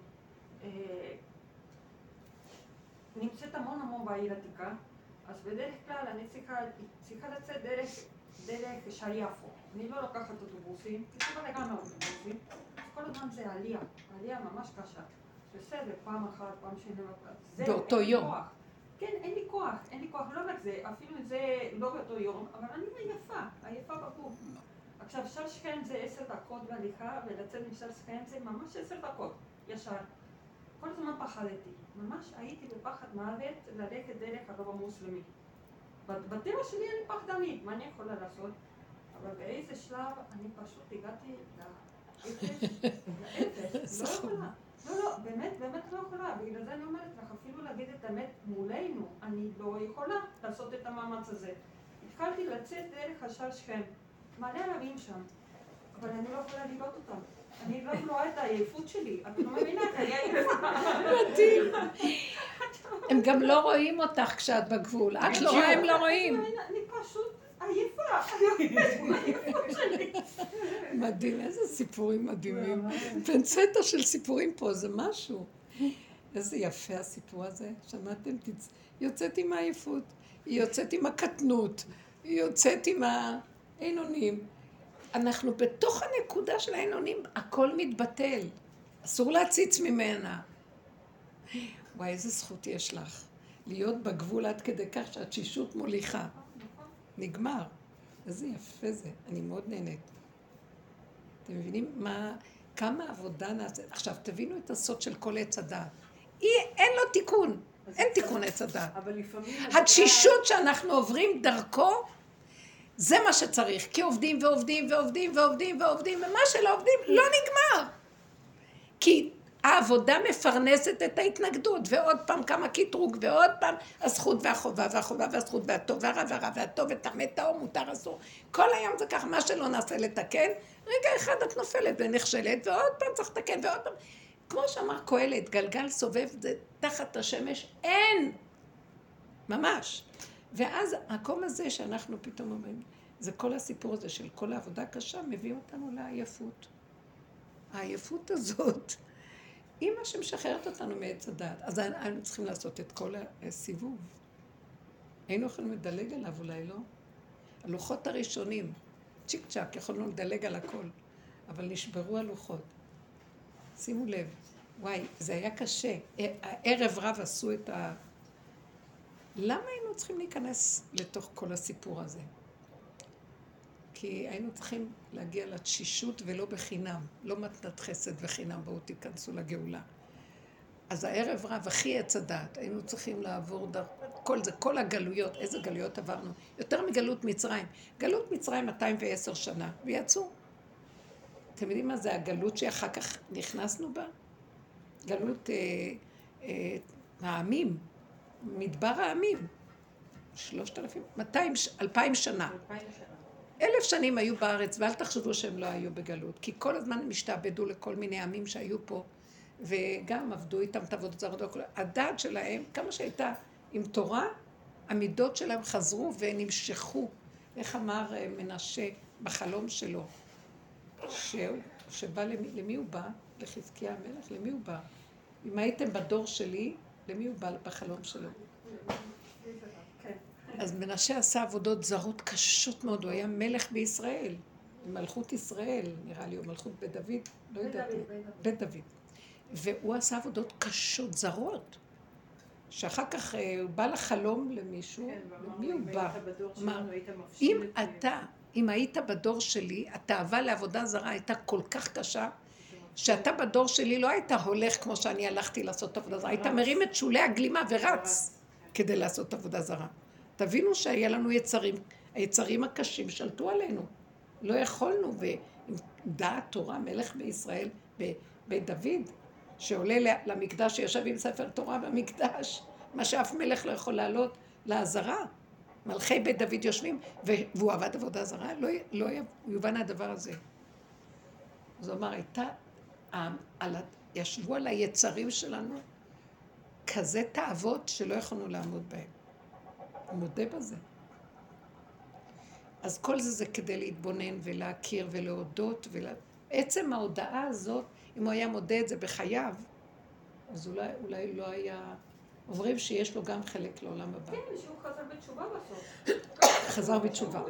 [SPEAKER 3] נמצאת המון בעיר עתיקה, אז בדרך כלל אני צריכה לצאת דרך שער יפו. אני לא לוקחת אוטובוסים, כי זה לא לגמרי אוטובוסים, אז כל הזמן זה עלייה ממש קשה. בסדר, פעם אחת, פעם שני,
[SPEAKER 1] באותו יום.
[SPEAKER 3] כן, אין לי כוח, לא רק זה, אפילו זה לא באותו יום, אבל אני עייפה בגוף. עכשיו, שער שכם זה 10 דקות בהליכה, ולצאת משער שכם זה ממש 10 דקות, ישר. כל הזמן פחדתי, ממש הייתי בפחד מוות ללכת דרך הרוב המוסלמי. בטבע שלי אני פחדנית, מה אני יכולה לעשות? אבל באיזה שלב אני פשוט הגעתי לאפס, לא יכולה. לא, באמת לא יכולה, בגלל זה אני אומרת לך, אפילו להגיד את האמת מולנו, אני לא יכולה לעשות את המאמץ הזה. התחלתי לצאת דרך השער שכם, מלא ערבים שם, אבל אני לא יכולה לראות אותם. אני לא רואה את העייפות שלי, את לא מבינה, אני עייפה.
[SPEAKER 1] מדהים. הם גם לא רואים אותך כשאת בגבול, את לא רואה, הם לא רואים.
[SPEAKER 3] אני פשוט עייפה.
[SPEAKER 1] מדהים, איזה סיפורים מדהימים. פנצטה של סיפורים פה, זה משהו. איזה יפה הסיפור הזה, שמעתם? יוצאת עם העייפות, היא יוצאת עם הקטנות, היא יוצאת עם העינונים. אנחנו בתוך הנקודה של העינונים, הכל מתבטל. אסור להציץ ממנה. וואי, איזה זכות יש לך. להיות בגבול עד כדי כך שהתשישות מוליכה. נגמר. איזה יפה זה. אני מאוד נהנית. אתם מבינים כמה עבודה נעשה? עכשיו, תבינו את הסוד של כל עץ הדעת. אין לו תיקון. אין תיקון עץ הדעת. התשישות שאנחנו עוברים דרכו, זה מה שצריך, כי עובדים ועובדים ועובדים ועובדים ועובדים, ומה שלא עובדים לא נגמר. כי העבודה מפרנסת את ההתנגדות, ועוד פעם כמה קיטרוג, ועוד פעם הזכות והחובה, והחובה והזכות והטוב והרע והטוב, ותחמת טהור, מותר אסור. כל היום זה ככה, מה שלא נעשה לתקן, רגע אחד את נופלת ונכשלת, ועוד פעם צריך לתקן, ועוד פעם. כמו שאמר קהלת, גלגל סובב, זה תחת השמש, אין! ממש. ואז המקום הזה שאנחנו פתאום אומרים, זה כל הסיפור הזה של כל העבודה הקשה, מביא אותנו לעייפות. העייפות הזאת היא מה שמשחררת אותנו מעץ הדעת. אז היינו צריכים לעשות את כל הסיבוב. היינו יכולים לדלג עליו, אולי לא? הלוחות הראשונים, צ'יק צ'ק, יכולנו לדלג על הכל, אבל נשברו הלוחות. שימו לב, וואי, זה היה קשה. הערב רב עשו את ה... למה היינו צריכים להיכנס לתוך כל הסיפור הזה? כי היינו צריכים להגיע לתשישות ולא בחינם, לא מתנת חסד וחינם, בואו תיכנסו לגאולה. אז הערב רב הכי עץ הדעת, היינו צריכים לעבור כל זה, כל הגלויות, איזה גלויות עברנו? יותר מגלות מצרים. גלות מצרים 210 שנה, ויצאו. אתם יודעים מה זה הגלות שאחר כך נכנסנו בה? גלות העמים, מדבר העמים. 2,000 שנה. 1,000 שנים היו בארץ, ואל תחשבו שהם לא היו בגלות, כי כל הזמן הם השתעבדו לכל מיני עמים שהיו פה, וגם עבדו איתם את עבודות זרות. הדעת שלהם, כמה שהייתה עם תורה, המידות שלהם חזרו ונמשכו. איך אמר מנשה בחלום שלו? שבא, למי הוא בא? לחזקיה המלך? למי הוא בא? אם הייתם בדור שלי, למי הוא בא בחלום שלו? אז מנשה עשה עבודות זרות קשות מאוד, הוא היה מלך בישראל, מלכות ישראל, נראה לי, או מלכות בית דוד, לא יודעת, בית דוד. והוא עשה עבודות קשות זרות, שאחר כך הוא בא לחלום למישהו, למי הוא בא? אמר, אם היית בדור שלי, התאווה לעבודה זרה הייתה כל כך קשה, שאתה בדור שלי לא היית הולך כמו שאני הלכתי לעשות עבודה זרה, היית מרים את שולי הגלימה ורץ כדי לעשות עבודה זרה. תבינו שהיה לנו יצרים, היצרים הקשים שלטו עלינו. לא יכולנו, ודעת תורה, מלך בישראל, בבית דוד, שעולה למקדש, שיושב עם ספר תורה במקדש, מה שאף מלך לא יכול לעלות לעזרה. מלכי בית דוד יושבים, והוא עבד עבודה זרה, לא יובן הדבר הזה. זאת אומרת, ישבו על היצרים שלנו כזה תאוות שלא יכולנו לעמוד בהם. הוא מודה בזה. אז כל זה כדי להתבונן ולהכיר ולהודות. עצם ההודעה הזאת, אם הוא היה מודה את זה בחייו, אז אולי לא היה... אומרים שיש לו גם חלק לעולם הבא.
[SPEAKER 3] כן, שהוא חזר בתשובה בסוף.
[SPEAKER 1] חזר בתשובה.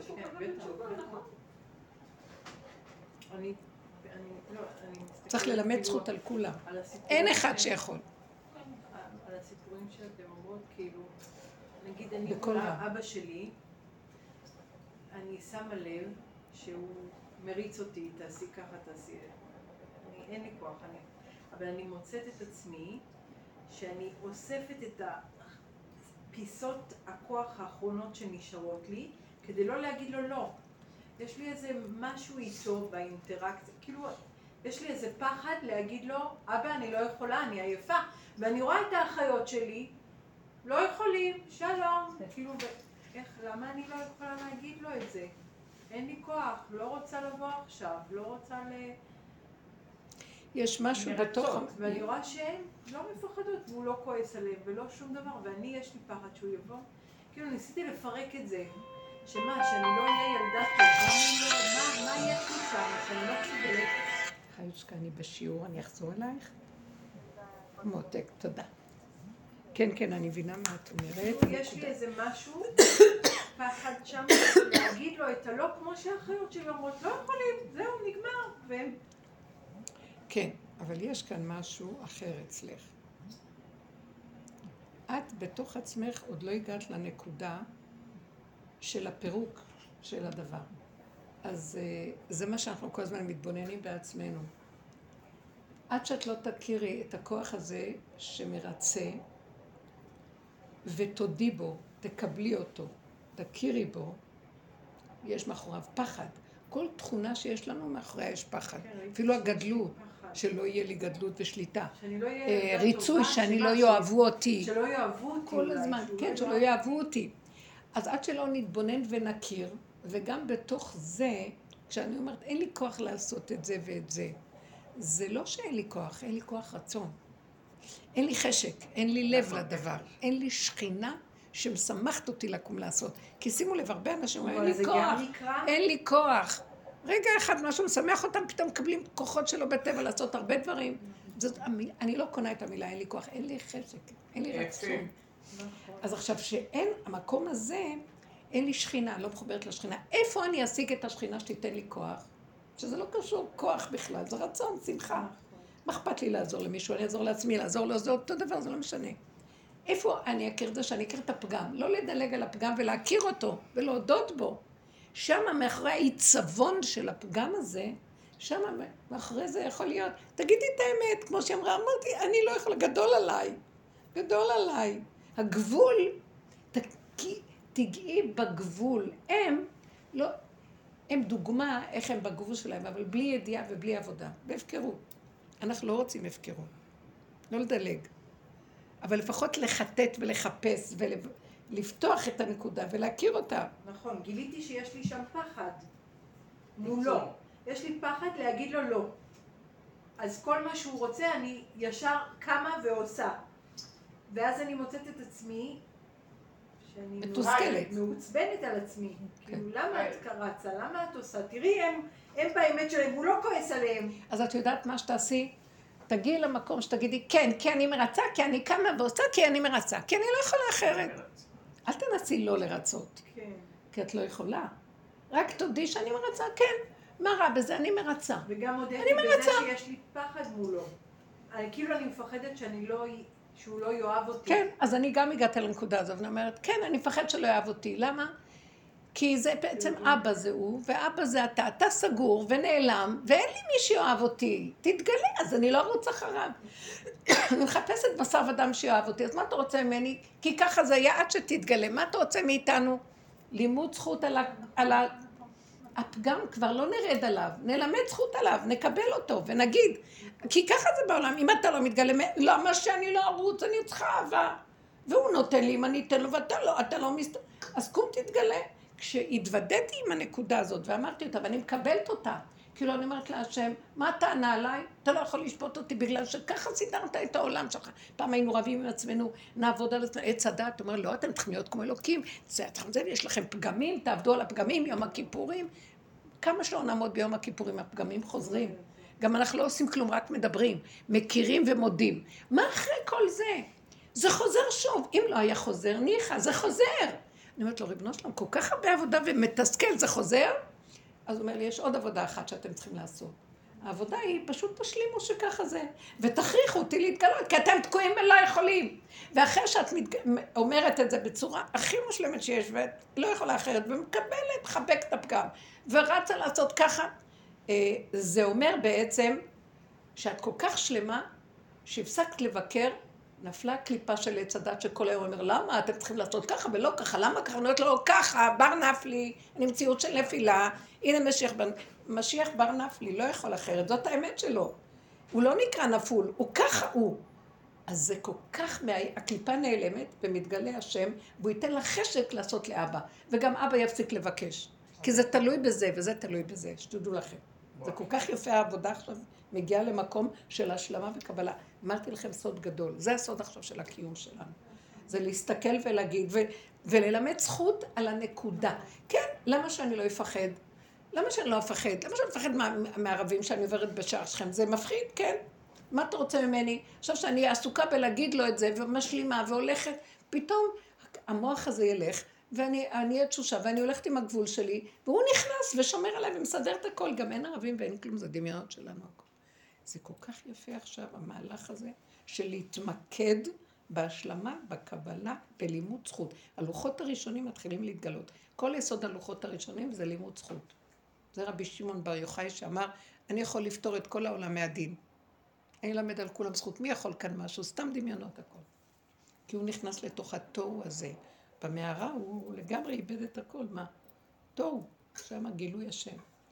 [SPEAKER 1] צריך ללמד זכות על כולם. אין אחד שיכול.
[SPEAKER 4] על הסיפורים שאתם אומרות, כאילו, נגיד אני אבא שלי, אני שמה לב שהוא מריץ אותי, תעשי ככה, תעשי... אין לי כוח, אבל אני מוצאת את עצמי שאני אוספת את פיסות הכוח האחרונות שנשארות לי, כדי לא להגיד לו לא. יש לי איזה משהו איתו באינטראקציה, כאילו, יש לי איזה פחד להגיד לו, אבא, אני לא יכולה, אני עייפה. ואני רואה את האחיות שלי, לא יכולים, שלום. כאילו, למה אני לא יכולה להגיד לו את זה? אין לי כוח, לא רוצה לבוא עכשיו, לא רוצה
[SPEAKER 1] יש משהו בתוך...
[SPEAKER 4] ואני רואה שהן לא מפחדות, והוא לא כועס עליהם ולא שום דבר, ואני יש לי פחד שהוא יבוא. כאילו ניסיתי לפרק את זה, שמה, שאני לא אהיה ילדה טובה, מה יש לי שם, שאני לא מסוגלת.
[SPEAKER 1] חיושקה, אני בשיעור, אני אחזור אלייך. מותק, תודה. כן, כן, אני מבינה מה את אומרת.
[SPEAKER 4] יש לי איזה משהו, פחד שם, להגיד לו את הלא כמו שהאחיות שלי אומרות, לא יכולים, זהו, נגמר, והם...
[SPEAKER 1] כן, אבל יש כאן משהו אחר אצלך. את בתוך עצמך עוד לא הגעת לנקודה של הפירוק של הדבר. אז זה מה שאנחנו כל הזמן מתבוננים בעצמנו. עד שאת לא תכירי את הכוח הזה שמרצה ותודי בו, תקבלי אותו, תכירי בו, יש מאחוריו פחד. כל תכונה שיש לנו מאחוריה יש פחד. אפילו הגדלות, שלא יהיה לי גדלות ושליטה. ריצוי, שאני לא יאהבו אותי.
[SPEAKER 4] שלא יאהבו אותי.
[SPEAKER 1] כל הזמן, כן, שלא יאהבו אותי. אז עד שלא נתבונן ונכיר, וגם בתוך זה, כשאני אומרת, אין לי כוח לעשות את זה ואת זה, זה לא שאין לי כוח, אין לי כוח רצון. אין לי חשק, אין לי לב לדבר, אין לי שכינה שמשמחת אותי לקום לעשות. כי שימו לב, הרבה אנשים אומרים, אין לי כוח, אין לי כוח. רגע אחד משהו משמח אותם, פתאום מקבלים כוחות שלו בטבע לעשות הרבה דברים. אני לא קונה את המילה, אין לי כוח, אין לי חשק, אין לי רצון. אז עכשיו שאין, המקום הזה, אין לי שכינה, לא מחוברת לשכינה. איפה אני אשיג את השכינה שתיתן לי כוח? שזה לא קשור כוח בכלל, זה רצון, שמחה. מה אכפת לי לעזור למישהו? אני אעזור לעצמי, לעזור לו, זה אותו דבר, זה לא משנה. איפה אני אכיר את זה? שאני אכיר את הפגם. לא לדלג על הפגם ולהכיר אותו ולהודות בו. שם מאחורי העיצבון של הפגם הזה, שם מאחורי זה יכול להיות, תגידי את האמת, כמו שאמרה, אמרתי, אני לא יכולה, גדול עליי. הגבול, תגעי בגבול. הם דוגמה איך הם בגבול שלהם, אבל בלי ידיעה ובלי עבודה, בהפקרות. אנחנו לא רוצים הפקרות, לא לדלג. אבל לפחות לחטט ולחפש ולפתוח את הנקודה ולהכיר אותה.
[SPEAKER 5] נכון, גיליתי שיש לי שם פחד. מולו. יש לי פחד להגיד לו לא. אז כל מה שהוא רוצה אני ישר קמה ועושה. ואז אני מוצאת את עצמי שאני
[SPEAKER 1] מתוסכלת.
[SPEAKER 5] מעוצבנת על עצמי. כאילו, למה את רצה? למה את עושה? תראי, הם באמת שלהם, הוא לא כועס עליהם.
[SPEAKER 1] אז את יודעת מה שתעשי? תגיעי למקום שתגידי, כן, כי אני מרצה, כי אני קמה ועושה, כי אני מרצה, כי אני לא יכולה אחרת. אל תנסי לא לרצות,
[SPEAKER 5] כן.
[SPEAKER 1] כי את לא יכולה. רק תודי שאני מרצה, כן. מה רע בזה? אני מרצה.
[SPEAKER 5] וגם הודיתי בזה שיש לי פחד מולו. כאילו אני מפחדת שהוא לא יאהב אותי.
[SPEAKER 1] כן, אז אני גם הגעתי לנקודה הזו, ואני אומרת, כן, אני מפחד שלא יאהב אותי. למה? כי זה בעצם אבא זה הוא, ואבא זה אתה סגור ונעלם, ואין לי מי שיאהב אותי. תתגלה, אז אני לא ארוץ אחריו. אני מחפשת בשר ודם שיאהב אותי, אז מה אתה רוצה ממני? כי ככה זה היה עד שתתגלה. מה אתה רוצה מאיתנו? לימוד זכות על הפגם, כבר לא נרד עליו, נלמד זכות עליו, נקבל אותו ונגיד, כי ככה זה בעולם, אם אתה לא מתגלה, למה שאני לא ארוץ, אני צריכה אהבה. והוא נותן לי, אם אני אתן לו, ואתה לא אז קום תתגלה. כשהתוודעתי עם הנקודה הזאת ואמרתי אותה, ואני מקבלת אותה, כאילו אני אומרת להשם, מה אתה ענה עליי? אתה לא יכול לשפוט אותי בגלל שככה סידרת את העולם שלך. פעם היינו רבים עם עצמנו, נעבוד על עץ הדת, אתה אומר, לא, אתם צריכים להיות כמו אלוקים, יש לכם פגמים, תעבדו על הפגמים, יום הכיפורים. כמה שלא נעמוד ביום הכיפורים, הפגמים חוזרים. גם אנחנו לא עושים כלום, רק מדברים, מכירים ומודים. מה אחרי כל זה? זה חוזר שוב. אם לא היה חוזר, ניחא, זה חוזר. אני אומרת לו, ריבונו שלום, כל כך הרבה עבודה ומתסכל, זה חוזר? אז הוא אומר לי, יש עוד עבודה אחת שאתם צריכים לעשות. העבודה היא, פשוט תשלימו שככה זה, ותכריחו אותי להתגלות, כי אתם תקועים ולא יכולים. ואחרי שאת אומרת את זה בצורה הכי מושלמת שיש, ואת לא יכולה אחרת, ומקבלת, חבק את הפגם, ורצה לעשות ככה, זה אומר בעצם, שאת כל כך שלמה, שהפסקת לבקר, נפלה קליפה של עץ הדת שכל היום אומר, למה אתם צריכים לעשות ככה ולא ככה? למה ככה? אני אומרת לו, ככה, בר נפלי, אני מציאות של נפילה, הנה משיח בר נפלי, לא יכול אחרת, זאת האמת שלו. הוא לא נקרא נפול, הוא ככה הוא. אז זה כל כך, הקליפה נעלמת ומתגלה השם, והוא ייתן לה חשק לעשות לאבא, וגם אבא יפסיק לבקש. כי זה תלוי בזה וזה תלוי בזה, שתדעו לכם. זה כל כך יפה העבודה עכשיו, מגיעה למקום של השלמה וקבלה. אמרתי לכם סוד גדול, זה הסוד עכשיו של הקיום שלנו. זה להסתכל ולהגיד, וללמד זכות על הנקודה. כן, למה שאני לא אפחד? למה שאני לא אפחד? למה שאני אפחד מהערבים שאני עוברת בשער שלכם? זה מפחיד, כן? מה אתה רוצה ממני? עכשיו שאני עסוקה בלהגיד לו את זה, ומשלימה והולכת, פתאום המוח הזה ילך, ואני אהיה תשושה, ואני הולכת עם הגבול שלי, והוא נכנס ושומר עליי ומסדר את הכל, גם אין ערבים ואין כלום, זה דמיונות שלנו. זה כל כך יפה עכשיו, המהלך הזה, של להתמקד בהשלמה, בקבלה, בלימוד זכות. הלוחות הראשונים מתחילים להתגלות. כל יסוד הלוחות הראשונים זה לימוד זכות. זה רבי שמעון בר יוחאי שאמר, אני יכול לפתור את כל העולם מהדין. אני אלמד על כולם זכות. מי יכול כאן משהו? סתם דמיונות הכל. כי הוא נכנס לתוך התוהו הזה. במערה הוא לגמרי איבד את הכל. מה? תוהו. שם הגילוי השם.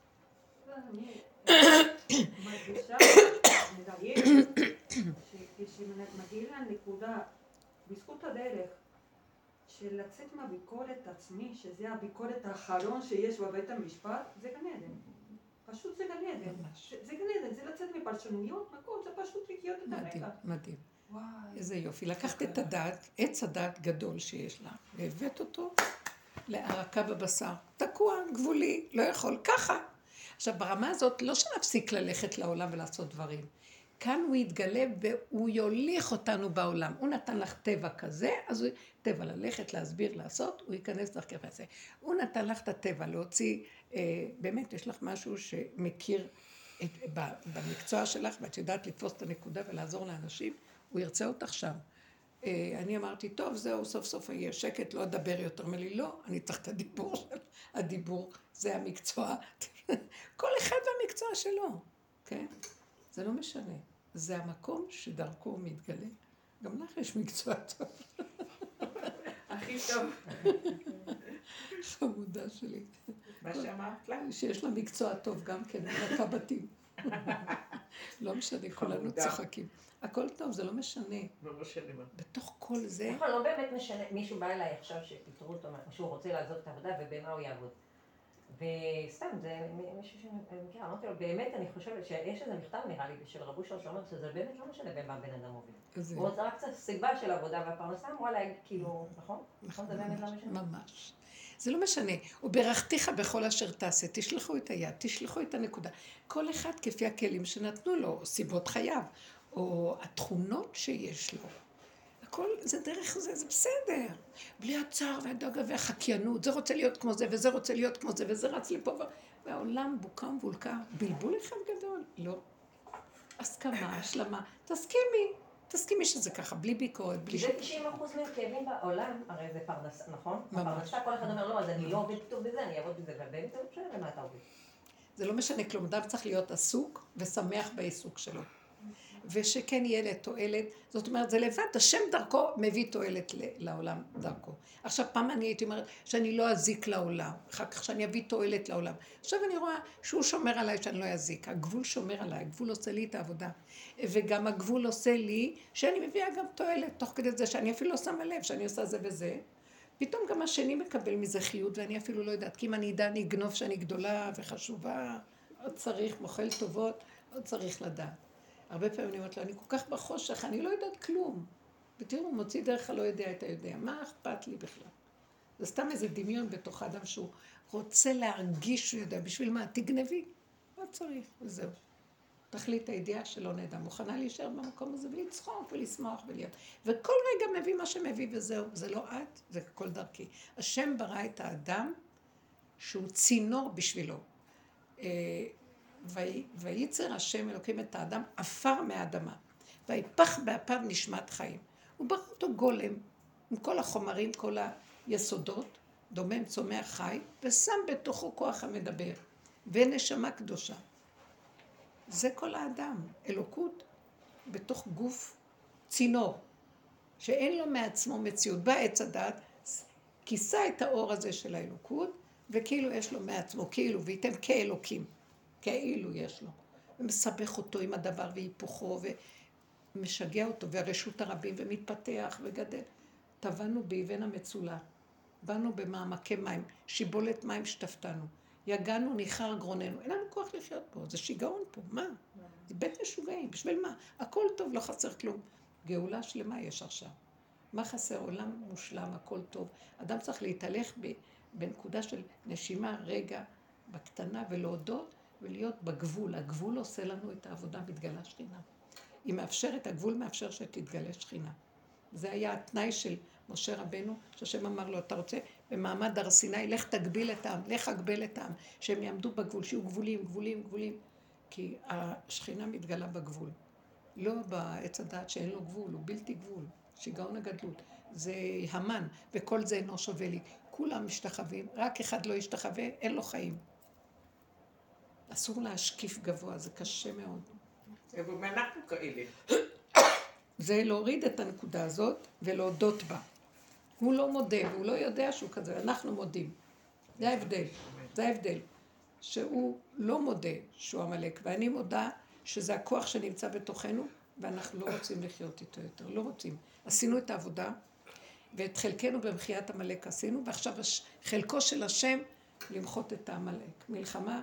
[SPEAKER 3] מרגישה, מדייק, כשמגיעים לנקודה, בזכות הדרך, של לצאת מהביקורת עצמי, שזה הביקורת האחרון שיש בבית המשפט, זה גן עדן. פשוט זה גן עדן. זה גן עדן, זה לצאת מפרשנויות, הכל, זה פשוט לחיות את הרגע.
[SPEAKER 1] מדהים, מדהים. איזה יופי. לקחת את הדעת, עץ הדעת גדול שיש לה, והבאת אותו להרקה בבשר. תקוע, גבולי, לא יכול, ככה. עכשיו, ברמה הזאת, לא שנפסיק ללכת לעולם ולעשות דברים. כאן הוא יתגלה והוא יוליך אותנו בעולם. הוא נתן לך טבע כזה, אז הוא טבע ללכת, להסביר, לעשות, הוא ייכנס דרכך וזה. הוא נתן לך את הטבע להוציא, באמת יש לך משהו שמכיר במקצוע שלך, ואת יודעת לתפוס את הנקודה ולעזור לאנשים, הוא ירצה אותך שם. אני אמרתי, טוב, זהו, סוף סוף יהיה שקט, לא אדבר יותר. אומר לי, לא, אני צריך את הדיבור של הדיבור, זה המקצוע. כל אחד והמקצוע שלו, כן? זה לא משנה. זה המקום שדרכו הוא מתגלה. גם לך יש מקצוע טוב.
[SPEAKER 2] הכי טוב.
[SPEAKER 1] חמודה שלי.
[SPEAKER 2] מה שאמרת לה?
[SPEAKER 1] שיש לה מקצוע טוב גם כן, מנקה בתים. לא משנה, כולנו צוחקים. הכל טוב, זה לא משנה.
[SPEAKER 2] לא משנה מה.
[SPEAKER 1] בתוך כל זה...
[SPEAKER 4] נכון, לא באמת משנה, מישהו בא אליי עכשיו שפיטרו אותו, שהוא רוצה לעזוב את העבודה ובמה הוא יעבוד. וסתם, זה מישהו שאני מכירה, אמרתי לו, באמת אני חושבת שיש איזה מכתב נראה לי של רבו שלו שאומר שזה באמת לא משנה במה בן אדם מוביל. הוא רוצה רק קצת סיבה של עבודה והפרנסה אמורה להגיד, כאילו, נכון? נכון, זה באמת לא משנה.
[SPEAKER 1] ממש. זה לא משנה. וברכתיך בכל אשר תעשה, תשלחו את היד, תשלחו את הנקודה. כל אחד כפי הכלים שנתנו לו, סיבות חייו, או התכונות שיש לו. הכל זה דרך זה, זה בסדר. בלי הצער והדאגה והחקיינות, זה רוצה להיות כמו זה, וזה רוצה להיות כמו זה, וזה רץ לפה, והעולם בוקה ומבולקה, בלבול אחד גדול. לא. הסכמה, השלמה. תסכימי שזה ככה, בלי ביקורת, בלי...
[SPEAKER 4] זה 90% מהכאבים בעולם, הרי זה פרנסה, נכון? הפרנסה, כל אחד אומר, לא, אז אני לא עובד טוב בזה, אני אעבוד בזה, ובאמת זה לא משנה למה אתה עובד.
[SPEAKER 1] זה לא משנה כלום, אדם צריך להיות עסוק ושמח בעיסוק שלו. ושכן יהיה לתועלת, זאת אומרת, זה לבד, השם דרכו מביא תועלת לעולם דרכו. עכשיו, פעם אני הייתי אומרת שאני לא אזיק לעולם, אחר כך שאני אביא תועלת לעולם. עכשיו אני רואה שהוא שומר עליי שאני לא אזיק, הגבול שומר עליי, הגבול עושה לי את העבודה. וגם הגבול עושה לי שאני מביאה גם תועלת, תוך כדי זה שאני אפילו לא שמה לב, שאני עושה זה וזה. פתאום גם השני מקבל מזה חיות, ואני אפילו לא יודעת, כי אם אני אדע, אני אגנוב שאני גדולה וחשובה, עוד צריך מוכל טובות, עוד צריך לדעת. הרבה פעמים אני אומרת לו, אני כל כך בחושך, אני לא יודעת כלום. ותראו, מוציא דרך הלא יודע את היודע. מה אכפת לי בכלל? זה סתם איזה דמיון בתוך האדם שהוא רוצה להרגיש שהוא יודע. בשביל מה? תגנבי. לא צריך, וזהו. תחליט הידיעה שלא נדע. מוכנה להישאר במקום הזה ולצחוק ולשמוח ולהיות. וכל רגע מביא מה שמביא וזהו. זה לא את, זה כל דרכי. השם ברא את האדם שהוא צינור בשבילו. וייצר השם אלוקים את האדם עפר מהאדמה, ויפח באפיו נשמת חיים. הוא ברא אותו גולם, עם כל החומרים, כל היסודות, דומם, צומח, חי, ושם בתוכו כוח המדבר, ונשמה קדושה. זה כל האדם, אלוקות בתוך גוף צינור, שאין לו מעצמו מציאות. בא עץ הדעת, כיסה את האור הזה של האלוקות, וכאילו יש לו מעצמו, כאילו, וייתן כאלוקים. כאילו יש לו, ומסבך אותו עם הדבר והיפוכו, ומשגע אותו, והרשות הרבים, ומתפתח וגדל. טבענו באבן המצולה, באנו במעמקי מים, שיבולת מים שטפתנו, יגענו ניחר גרוננו, אין לנו כוח לחיות פה, זה שיגעון פה, מה? זה בית משוגעים, בשביל מה? הכל טוב, לא חסר כלום. גאולה שלמה יש עכשיו. מה חסר? עולם מושלם, הכל טוב. אדם צריך להתהלך בנקודה של נשימה, רגע, בקטנה, ולהודות, ולהיות בגבול. הגבול עושה לנו את העבודה, מתגלה שכינה. היא מאפשרת, הגבול מאפשר שתתגלה שכינה. זה היה התנאי של משה רבנו, שהשם אמר לו, אתה רוצה במעמד הר סיני, לך תגביל את העם, לך אגבל את העם, שהם יעמדו בגבול, שיהיו גבולים, גבולים, גבולים, כי השכינה מתגלה בגבול. לא בעץ הדעת שאין לו גבול, הוא בלתי גבול, שיגעון הגדלות. זה המן, וכל זה אינו שווה לי. כולם משתחווים, רק אחד לא ישתחווה, אין לו חיים. אסור להשקיף גבוה, זה קשה מאוד.
[SPEAKER 2] ואנחנו כאלה.
[SPEAKER 1] זה להוריד את הנקודה הזאת ולהודות בה. הוא לא מודה, והוא לא יודע שהוא כזה, אנחנו מודים. זה ההבדל, זה ההבדל. שהוא לא מודה שהוא המלאק, ואני מודה שזה הכוח שנמצא בתוכנו, ואנחנו לא רוצים לחיות איתו יותר, לא רוצים. עשינו את העבודה, ואת חלקנו במחיית המלאק עשינו, ועכשיו חלקו של השם למחות את המלאק. מלחמה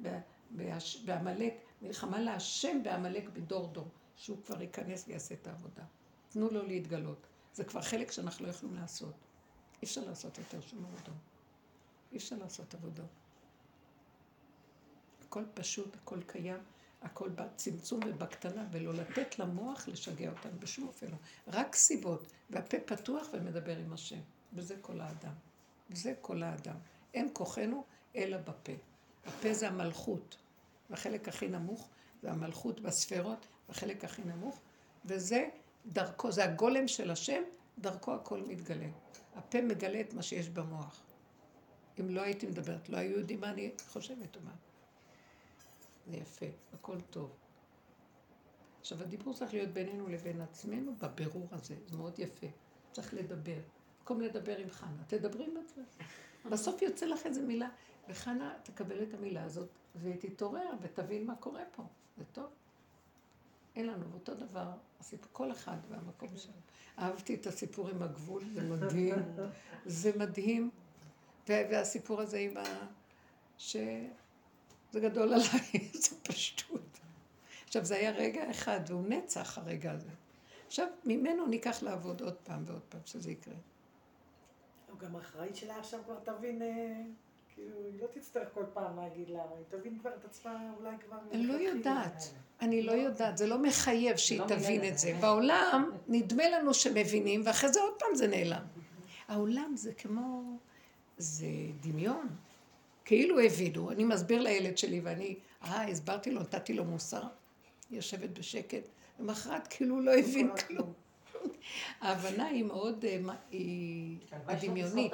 [SPEAKER 1] בעמלק, מלחמה להשם בעמלק בדור דור, שהוא כבר ייכנס ויעשה את העבודה. תנו לו להתגלות. זה כבר חלק שאנחנו לא יכולים לעשות. אי אפשר לעשות יותר שום עבודה. אי אפשר לעשות עבודה. הכל פשוט, הכל קיים, הכל בצמצום ובקטנה, ולא לתת למוח לשגע אותנו בשום אופן לא. רק סיבות, והפה פתוח ומדבר עם השם. וזה כל האדם. זה כל האדם. אין כוחנו אלא בפה. הפה זה המלכות, והחלק הכי נמוך זה המלכות בספירות, והחלק הכי נמוך, וזה דרכו, זה הגולם של השם, דרכו הכל מתגלה. הפה מגלה את מה שיש במוח. אם לא הייתי מדברת, לא היו יודעים מה אני חושבת או מה. זה יפה, הכל טוב. עכשיו, הדיבור צריך להיות בינינו לבין עצמנו בבירור הזה, זה מאוד יפה. צריך לדבר. במקום לדבר עם חנה, תדברי עם עצמך. בסוף יוצא לך איזה מילה, וחנה תקבל את המילה הזאת, ותתעורר ותבין מה קורה פה. זה טוב. אין לנו אותו דבר, כל אחד והמקום שלו. אהבתי את הסיפור עם הגבול, זה מדהים. זה מדהים. והסיפור הזה עם זה גדול עליי, זה פשטות. עכשיו, זה היה רגע אחד, והוא נצח הרגע הזה. עכשיו, ממנו ניקח לעבוד עוד פעם ועוד פעם, שזה יקרה.
[SPEAKER 6] הוא גם אחראית שלה עכשיו כבר תבין, כאילו, היא לא תצטרך כל פעם להגיד לה, היא תבין כבר את עצמה, אולי כבר...
[SPEAKER 1] אני לא יודעת, אני לא יודעת, זה לא מחייב שהיא תבין את זה. בעולם נדמה לנו שמבינים, ואחרי זה עוד פעם זה נעלם. העולם זה כמו, זה דמיון. כאילו הבינו, אני מסביר לילד שלי ואני, הסברתי לו, נתתי לו מוסר, היא יושבת בשקט, ומחרת כאילו לא הבין כלום. ההבנה היא מאוד, היא דמיונית.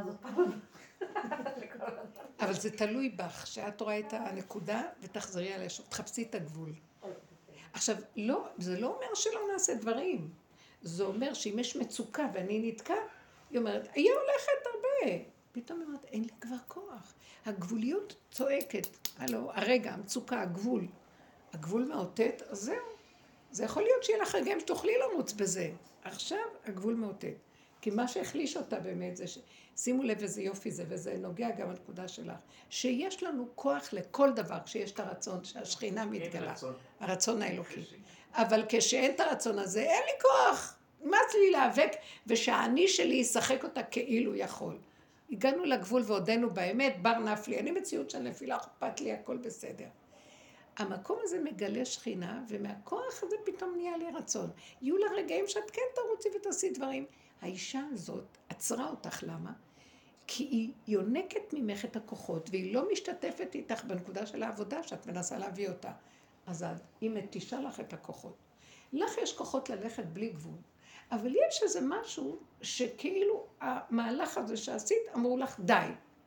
[SPEAKER 1] אבל זה תלוי בך, שאת רואה את הנקודה ותחזרי עליה, תחפשי את הגבול. עכשיו, לא, זה לא אומר שלא נעשה דברים. זה אומר שאם יש מצוקה ואני נתקע, היא אומרת, היא הולכת הרבה. פתאום היא אומרת, אין לי כבר כוח. הגבוליות צועקת. הלו, הרגע, המצוקה, הגבול. הגבול מאותת, אז זהו. זה יכול להיות שיהיה לך רגעים שתוכלי לרוץ בזה. עכשיו הגבול מאותת. כי מה שהחליש אותה באמת זה שימו לב איזה יופי זה, וזה נוגע גם הנקודה שלך, שיש לנו כוח לכל דבר, כשיש את הרצון שהשכינה מתגלה, הרצון האלוקי. אבל כשאין את הרצון הזה, אין לי כוח. מה זה לי להיאבק, ושהאני שלי ישחק אותה כאילו יכול. הגענו לגבול ועודנו באמת, בר נפלי, אני מציאות של נפילה, אכפת לי, הכל בסדר. המקום הזה מגלה שכינה, ומהכוח הזה פתאום נהיה לי רצון. יהיו לה רגעים שאת כן תרוצי ותעשי דברים. האישה הזאת עצרה אותך, למה? כי היא יונקת ממך את הכוחות, והיא לא משתתפת איתך בנקודה של העבודה שאת מנסה להביא אותה. אז היא מתישה לך את הכוחות. לך יש כוחות ללכת בלי גבול. אבל יש איזה משהו שכאילו המהלך הזה שעשית אמרו לך די.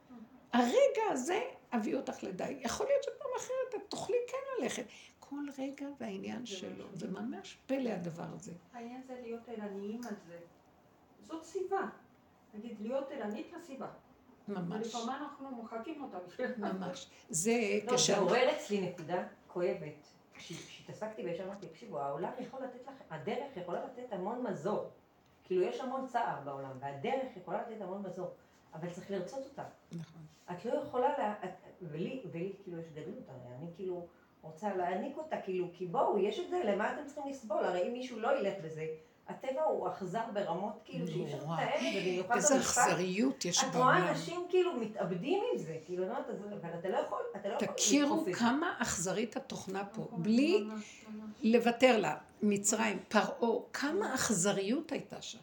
[SPEAKER 1] הרגע הזה הביא אותך לדי. יכול להיות שפעם אחרת את תוכלי כן ללכת. כל רגע והעניין שלו. זה ממש פלא הדבר הזה.
[SPEAKER 3] העניין זה להיות ערניים על זה. זאת סיבה. נגיד, להיות ערנית לסיבה.
[SPEAKER 1] ממש.
[SPEAKER 3] ולפעמים אנחנו מוחקים אותה.
[SPEAKER 1] ממש. זה
[SPEAKER 4] לא, זה עורר אצלי נקודה כואבת. כשהתעסקתי ויש אמרתי, תקשיבו, העולם יכול לתת לך, הדרך יכולה לתת המון מזור. כאילו יש המון צער בעולם, והדרך יכולה לתת המון מזור. אבל צריך לרצות אותה.
[SPEAKER 1] נכון.
[SPEAKER 4] את לא יכולה, ולי כאילו יש גדלות, אני כאילו רוצה להעניק אותה, כאילו, כי בואו, יש את זה, למה אתם צריכים לסבול? הרי אם מישהו לא ילך בזה, הטבע הוא אכזר ברמות, כאילו, שאי אפשר לתאר את זה, במיוחד במשפט.
[SPEAKER 1] איזה אכזריות יש בעולם.
[SPEAKER 4] את רואה אנשים כאילו מתאבדים עם זה, כאילו, אבל אתה לא יכול
[SPEAKER 1] תכירו כמה אכזרית התוכנה פה, בלי לוותר לה. מצרים, פרעה, כמה אכזריות הייתה שם.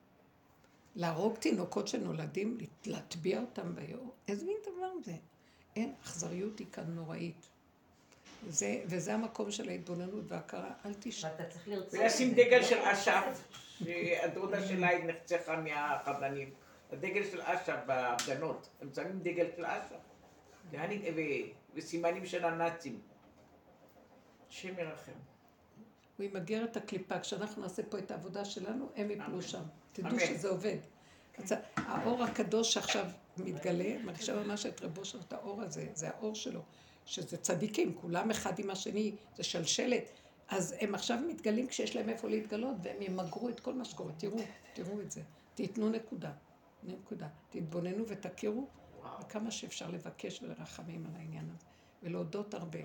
[SPEAKER 1] להרוג תינוקות שנולדים, להטביע אותם ביום. איזה מין דבר זה? אין, אכזריות היא כאן נוראית. וזה המקום של ההתבוננות וההכרה, אל תשאר.
[SPEAKER 4] ואתה צריך לרצות.
[SPEAKER 2] ולשים דגל של אש"ף, שהדודה שלה היא נחצחה מהחבלנים. הדגל של אש"ף בהפגנות, הם שמים דגל של אש"ף. וסימנים של הנאצים. השם ירחם.
[SPEAKER 1] הוא ימגר את הקליפה, כשאנחנו נעשה פה את העבודה שלנו, הם יפלו שם. תדעו
[SPEAKER 2] אמן.
[SPEAKER 1] שזה עובד. האור הקדוש שעכשיו מתגלה, מרגישה ממש את רבו שלו, את האור הזה, זה האור שלו, שזה צדיקים, כולם אחד עם השני, זה שלשלת, אז הם עכשיו מתגלים כשיש להם איפה להתגלות, והם ימגרו את כל מה שקורה, תראו את זה, תיתנו נקודה, תתבוננו ותכירו, וכמה שאפשר לבקש ולרחמים על העניין הזה, ולהודות הרבה,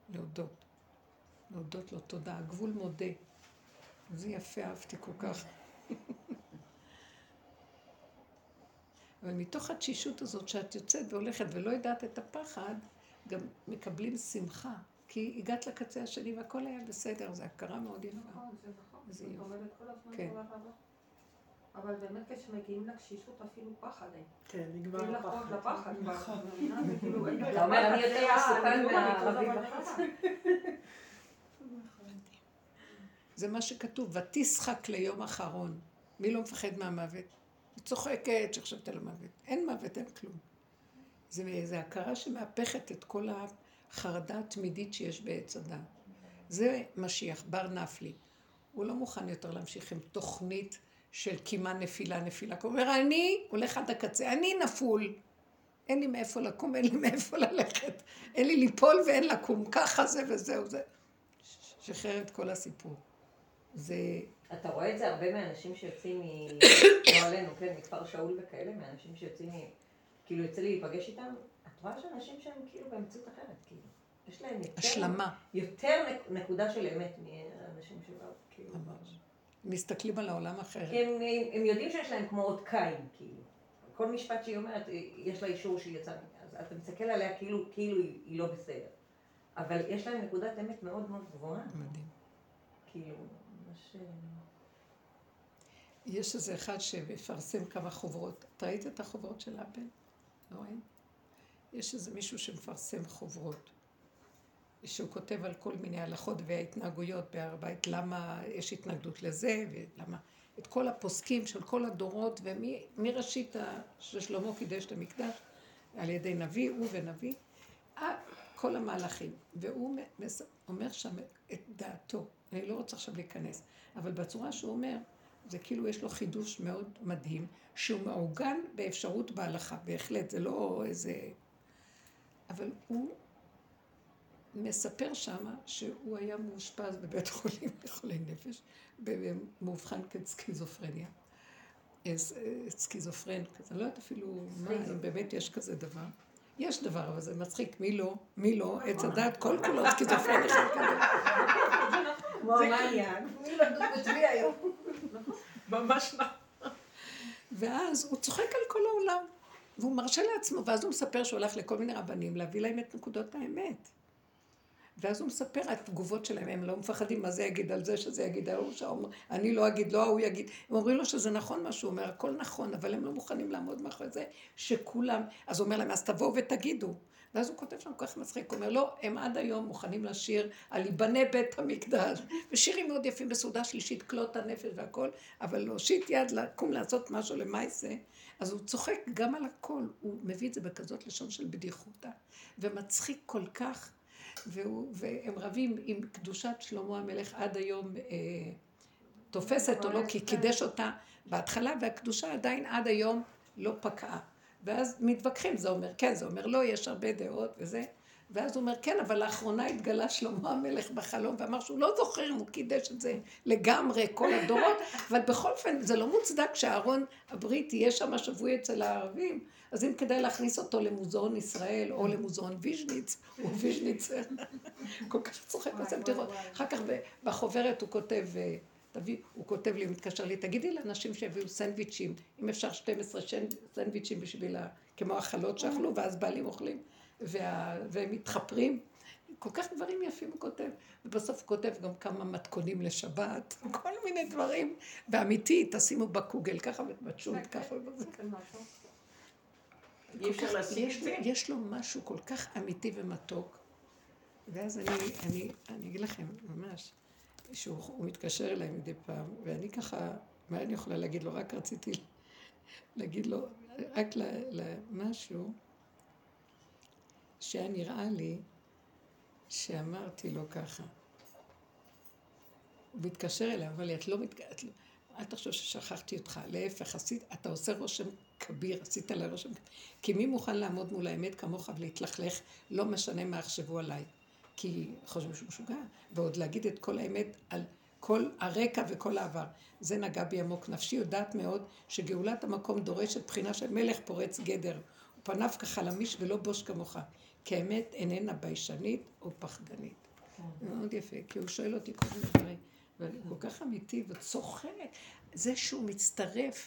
[SPEAKER 1] להודות לו תודה, הגבול מודה, זה יפה, אהבתי כל כך. אבל מתוך התשישות הזאת שאת יוצאת והולכת ולא יודעת את הפחד, גם מקבלים שמחה, כי הגעת לקצה השני והכל היה בסדר, זו הכרה מאוד יפה.
[SPEAKER 3] נכון, זה נכון.
[SPEAKER 1] זה
[SPEAKER 3] זאת
[SPEAKER 1] יופי.
[SPEAKER 3] אומרת כל הזמן
[SPEAKER 1] כן.
[SPEAKER 3] תודה רבה. אבל באמת כשמגיעים לקשישות אפילו פחד אין.
[SPEAKER 6] כן,
[SPEAKER 3] אין
[SPEAKER 6] נגמר
[SPEAKER 3] לך עוד לפחד.
[SPEAKER 6] נכון.
[SPEAKER 3] זה כאילו,
[SPEAKER 4] אתה אומר, אני יותר מסוכן מהערבים.
[SPEAKER 1] זה מה שכתוב, ותשחק ליום אחרון. מי לא מפחד מהמוות? היא צוחקת שחשבת על המוות. אין מוות, אין כלום. זה הכרה שמהפכת את כל החרדה התמידית שיש בעץ הדת. זה משיח, בר נפלי. הוא לא מוכן יותר להמשיך עם תוכנית של קימה נפילה. הוא אומר, אני הולך עד הקצה, אני נפול. אין לי מאיפה לקום, אין לי מאיפה ללכת. אין לי ליפול ואין לקום. ככה זה וזהו זה. שחרר את כל הסיפור. זה...
[SPEAKER 4] אתה רואה את זה הרבה מהאנשים שיוצאים לא עלינו, כן, מכפר שאול וכאלה, מהאנשים שיוצאים כאילו יוצא לי להיפגש איתם, את רואה שאנשים שהם כאילו במציאות אחרת, כאילו. יש להם יותר נקודה של אמת מאנשים שבאו, כאילו.
[SPEAKER 1] ממש. מסתכלים על העולם אחרת.
[SPEAKER 4] כי הם יודעים שיש להם כמו עוד קין, כאילו. כל משפט שהיא אומרת, יש לה אישור שהיא יצאה, אז אתה מסתכל עליה כאילו היא לא בסדר. אבל יש להם נקודת אמת מאוד מאוד גבוהה.
[SPEAKER 1] מדהים.
[SPEAKER 4] כאילו, ממש...
[SPEAKER 1] יש איזה אחד שמפרסם כמה חוברות. אתה ראית את החוברות של אפל? לא רואים? יש איזה מישהו שמפרסם חוברות. שהוא כותב על כל מיני הלכות וההתנהגויות בהר הבית, למה יש התנגדות לזה, ולמה את כל הפוסקים של כל הדורות, ומראשית ששלמה קידש את המקדש, על ידי נביא, הוא ונביא, כל המהלכים. והוא אומר שם את דעתו, אני לא רוצה עכשיו להיכנס, אבל בצורה שהוא אומר, זה כאילו יש לו חידוש מאוד מדהים, שהוא מעוגן באפשרות בהלכה, בהחלט, זה לא איזה... אבל הוא מספר שמה שהוא היה מאושפז בבית חולים לחולי נפש, במאובחן כסקיזופרניה. סקיזופרן כזה, אני לא יודעת אפילו מה, אם באמת יש כזה דבר. יש דבר, אבל זה מצחיק, מי לא, עץ הדעת, כל כולו סקיזופרן אחד כזה.
[SPEAKER 4] כמו המעניין, מי לא בצבי היום.
[SPEAKER 2] ממש נכון.
[SPEAKER 1] ואז הוא צוחק על כל העולם, והוא מרשה לעצמו, ואז הוא מספר שהוא הולך לכל מיני רבנים, להביא להם את נקודות האמת. ואז הוא מספר את התגובות שלהם, הם לא מפחדים מה זה יגיד על זה, שזה יגיד על הוא, אני לא אגיד, לא הוא יגיד. הם אומרים לו שזה נכון מה שהוא אומר, הכל נכון, אבל הם לא מוכנים לעמוד מאחורי זה, שכולם, אז הוא אומר להם, אז תבואו ותגידו. ואז הוא כותב שם כל כך מצחיק, הוא אומר, לא, הם עד היום מוכנים לשיר על ייבנה בית המקדש, ושירים מאוד יפים בסעודה שלישית, כלות הנפש והכל, אבל להושיט יד, לקום לעשות משהו למעשה, אז הוא צוחק גם על הכל, הוא מביא את זה בכזאת לשון של בדיחותה, ומצחיק כל כך, והם רבים עם קדושת שלמה המלך עד היום תופסת או לא, כי קידש אותה בהתחלה, והקדושה עדיין עד היום לא פקעה. ואז מתווכחים, זה אומר כן, זה אומר לא, יש הרבה דעות וזה. ואז הוא אומר כן, אבל לאחרונה התגלה שלמה המלך בחלום, ואמר שהוא לא זוכר אם הוא קידש את זה לגמרי, כל הדורות, אבל בכל אופן זה לא מוצדק שהארון הבריטי יהיה שם שבוי אצל הערבים, אז אם כדאי להכניס אותו למוזיאון ישראל, או למוזיאון ויז'ניץ, או ויז'ניץ, כל כך צוחק עושה בדיחות. אחר כך בחוברת הוא כותב, הוא כותב לי, הוא מתקשר לי, תגידי לאנשים שהביאו סנדוויצ'ים, אם אפשר 12 סנדוויצ'ים בשביל, כמו החלות שאכלו, ואז בעלים אוכלים, והם מתחפרים. כל כך דברים יפים הוא כותב, ובסוף הוא כותב גם כמה מתכונים לשבת, כל מיני דברים, ואמיתי, תשימו בקוגל, ככה ובצ'ולט, ככה ובזה. יש לו משהו כל כך אמיתי ומתוק, ואז אני אגיד לכם, ממש, שהוא מתקשר אליי מדי פעם, ואני ככה, מה אני יכולה להגיד לו? רק רציתי להגיד לו, רק למשהו, שהיה נראה לי, שאמרתי לו ככה. הוא מתקשר אליי, אבל לי, אל תחשוב ששכחתי אותך, להפך, אתה עושה רושם כביר, עשית לה רושם כביר, כי מי מוכן לעמוד מול האמת כמוך ולהתלכלך, לא משנה מה יחשבו עליי, כי חושבים שהוא משוגע, ועוד להגיד את כל האמת על כל הרקע וכל העבר. זה נגע בי עמוק. נפשי יודעת מאוד שגאולת המקום דורשת בחינה של מלך פורץ גדר, ופניו כחלמיש ולא בוש כמוך, כי האמת איננה ביישנית או פחדנית. זה מאוד יפה, כי הוא שואל אותי כל מיני דברים, ואני כל כך אמיתי וצוחק. זה שהוא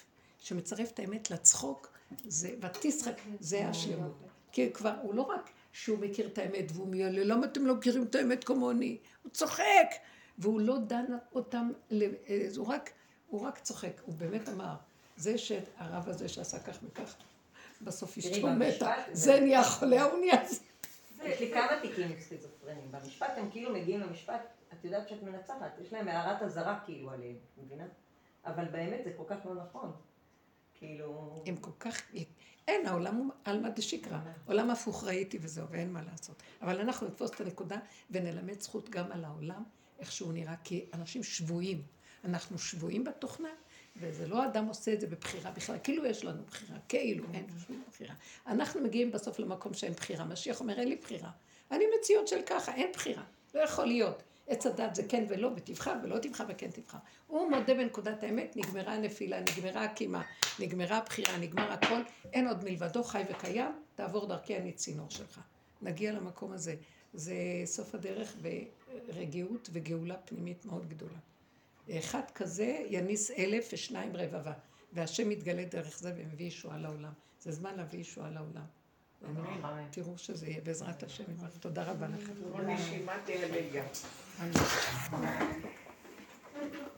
[SPEAKER 1] מצרף את האמת לצחוק, ותשחק, זה השלמות. כי כבר הוא לא רק שהוא מכיר את האמת, והוא מיולה, למה אתם לא מכירים את האמת כמוני? הוא צוחק! והוא לא דן אותם, הוא רק צוחק, הוא באמת אמר, זה שהרב הזה שעשה כך וכך, בסוף אשתו מתה, זה נהיה חולה, הוא נהיה זה.
[SPEAKER 4] יש לי כמה תיקים סכיזופרנים. במשפט הם כאילו מגיעים למשפט, את יודעת שאת מנצחת, יש להם הערת אזהרה כאילו עליהם, מבינה? אבל באמת זה כל כך לא נכון. כאילו...
[SPEAKER 1] הם כל כך... אין, העולם הוא עלמא דשיקרא. עולם הפוך ראיתי וזהו, ואין מה לעשות. אבל אנחנו נתפוס את הנקודה ונלמד זכות גם על העולם, איך שהוא נראה, כי אנשים שבויים. אנחנו שבויים בתוכנה, וזה לא אדם עושה את זה בבחירה בכלל. כאילו יש לנו בחירה, כאילו אין שום בחירה. אנחנו מגיעים בסוף למקום שאין בחירה. משיח אומר, אין לי בחירה. אני מציאות של ככה, אין בחירה. לא יכול להיות. עץ הדת זה כן ולא, ותבחר ולא תבחר וכן תבחר. הוא מודה בנקודת האמת, נגמרה הנפילה, נגמרה הקימה, נגמרה הבחירה, נגמר הכל, אין עוד מלבדו חי וקיים, תעבור דרכי אני צינור שלך. נגיע למקום הזה. זה סוף הדרך ברגיעות וגאולה פנימית מאוד גדולה. אחד כזה יניס 1,000 ושניים רבבה, והשם מתגלה דרך זה ומביא ישועה לעולם. זה זמן להביא ישועה לעולם. תראו שזה יהיה בעזרת השם. תודה רבה לכם.
[SPEAKER 2] נשימת הללויה.
[SPEAKER 1] אמן.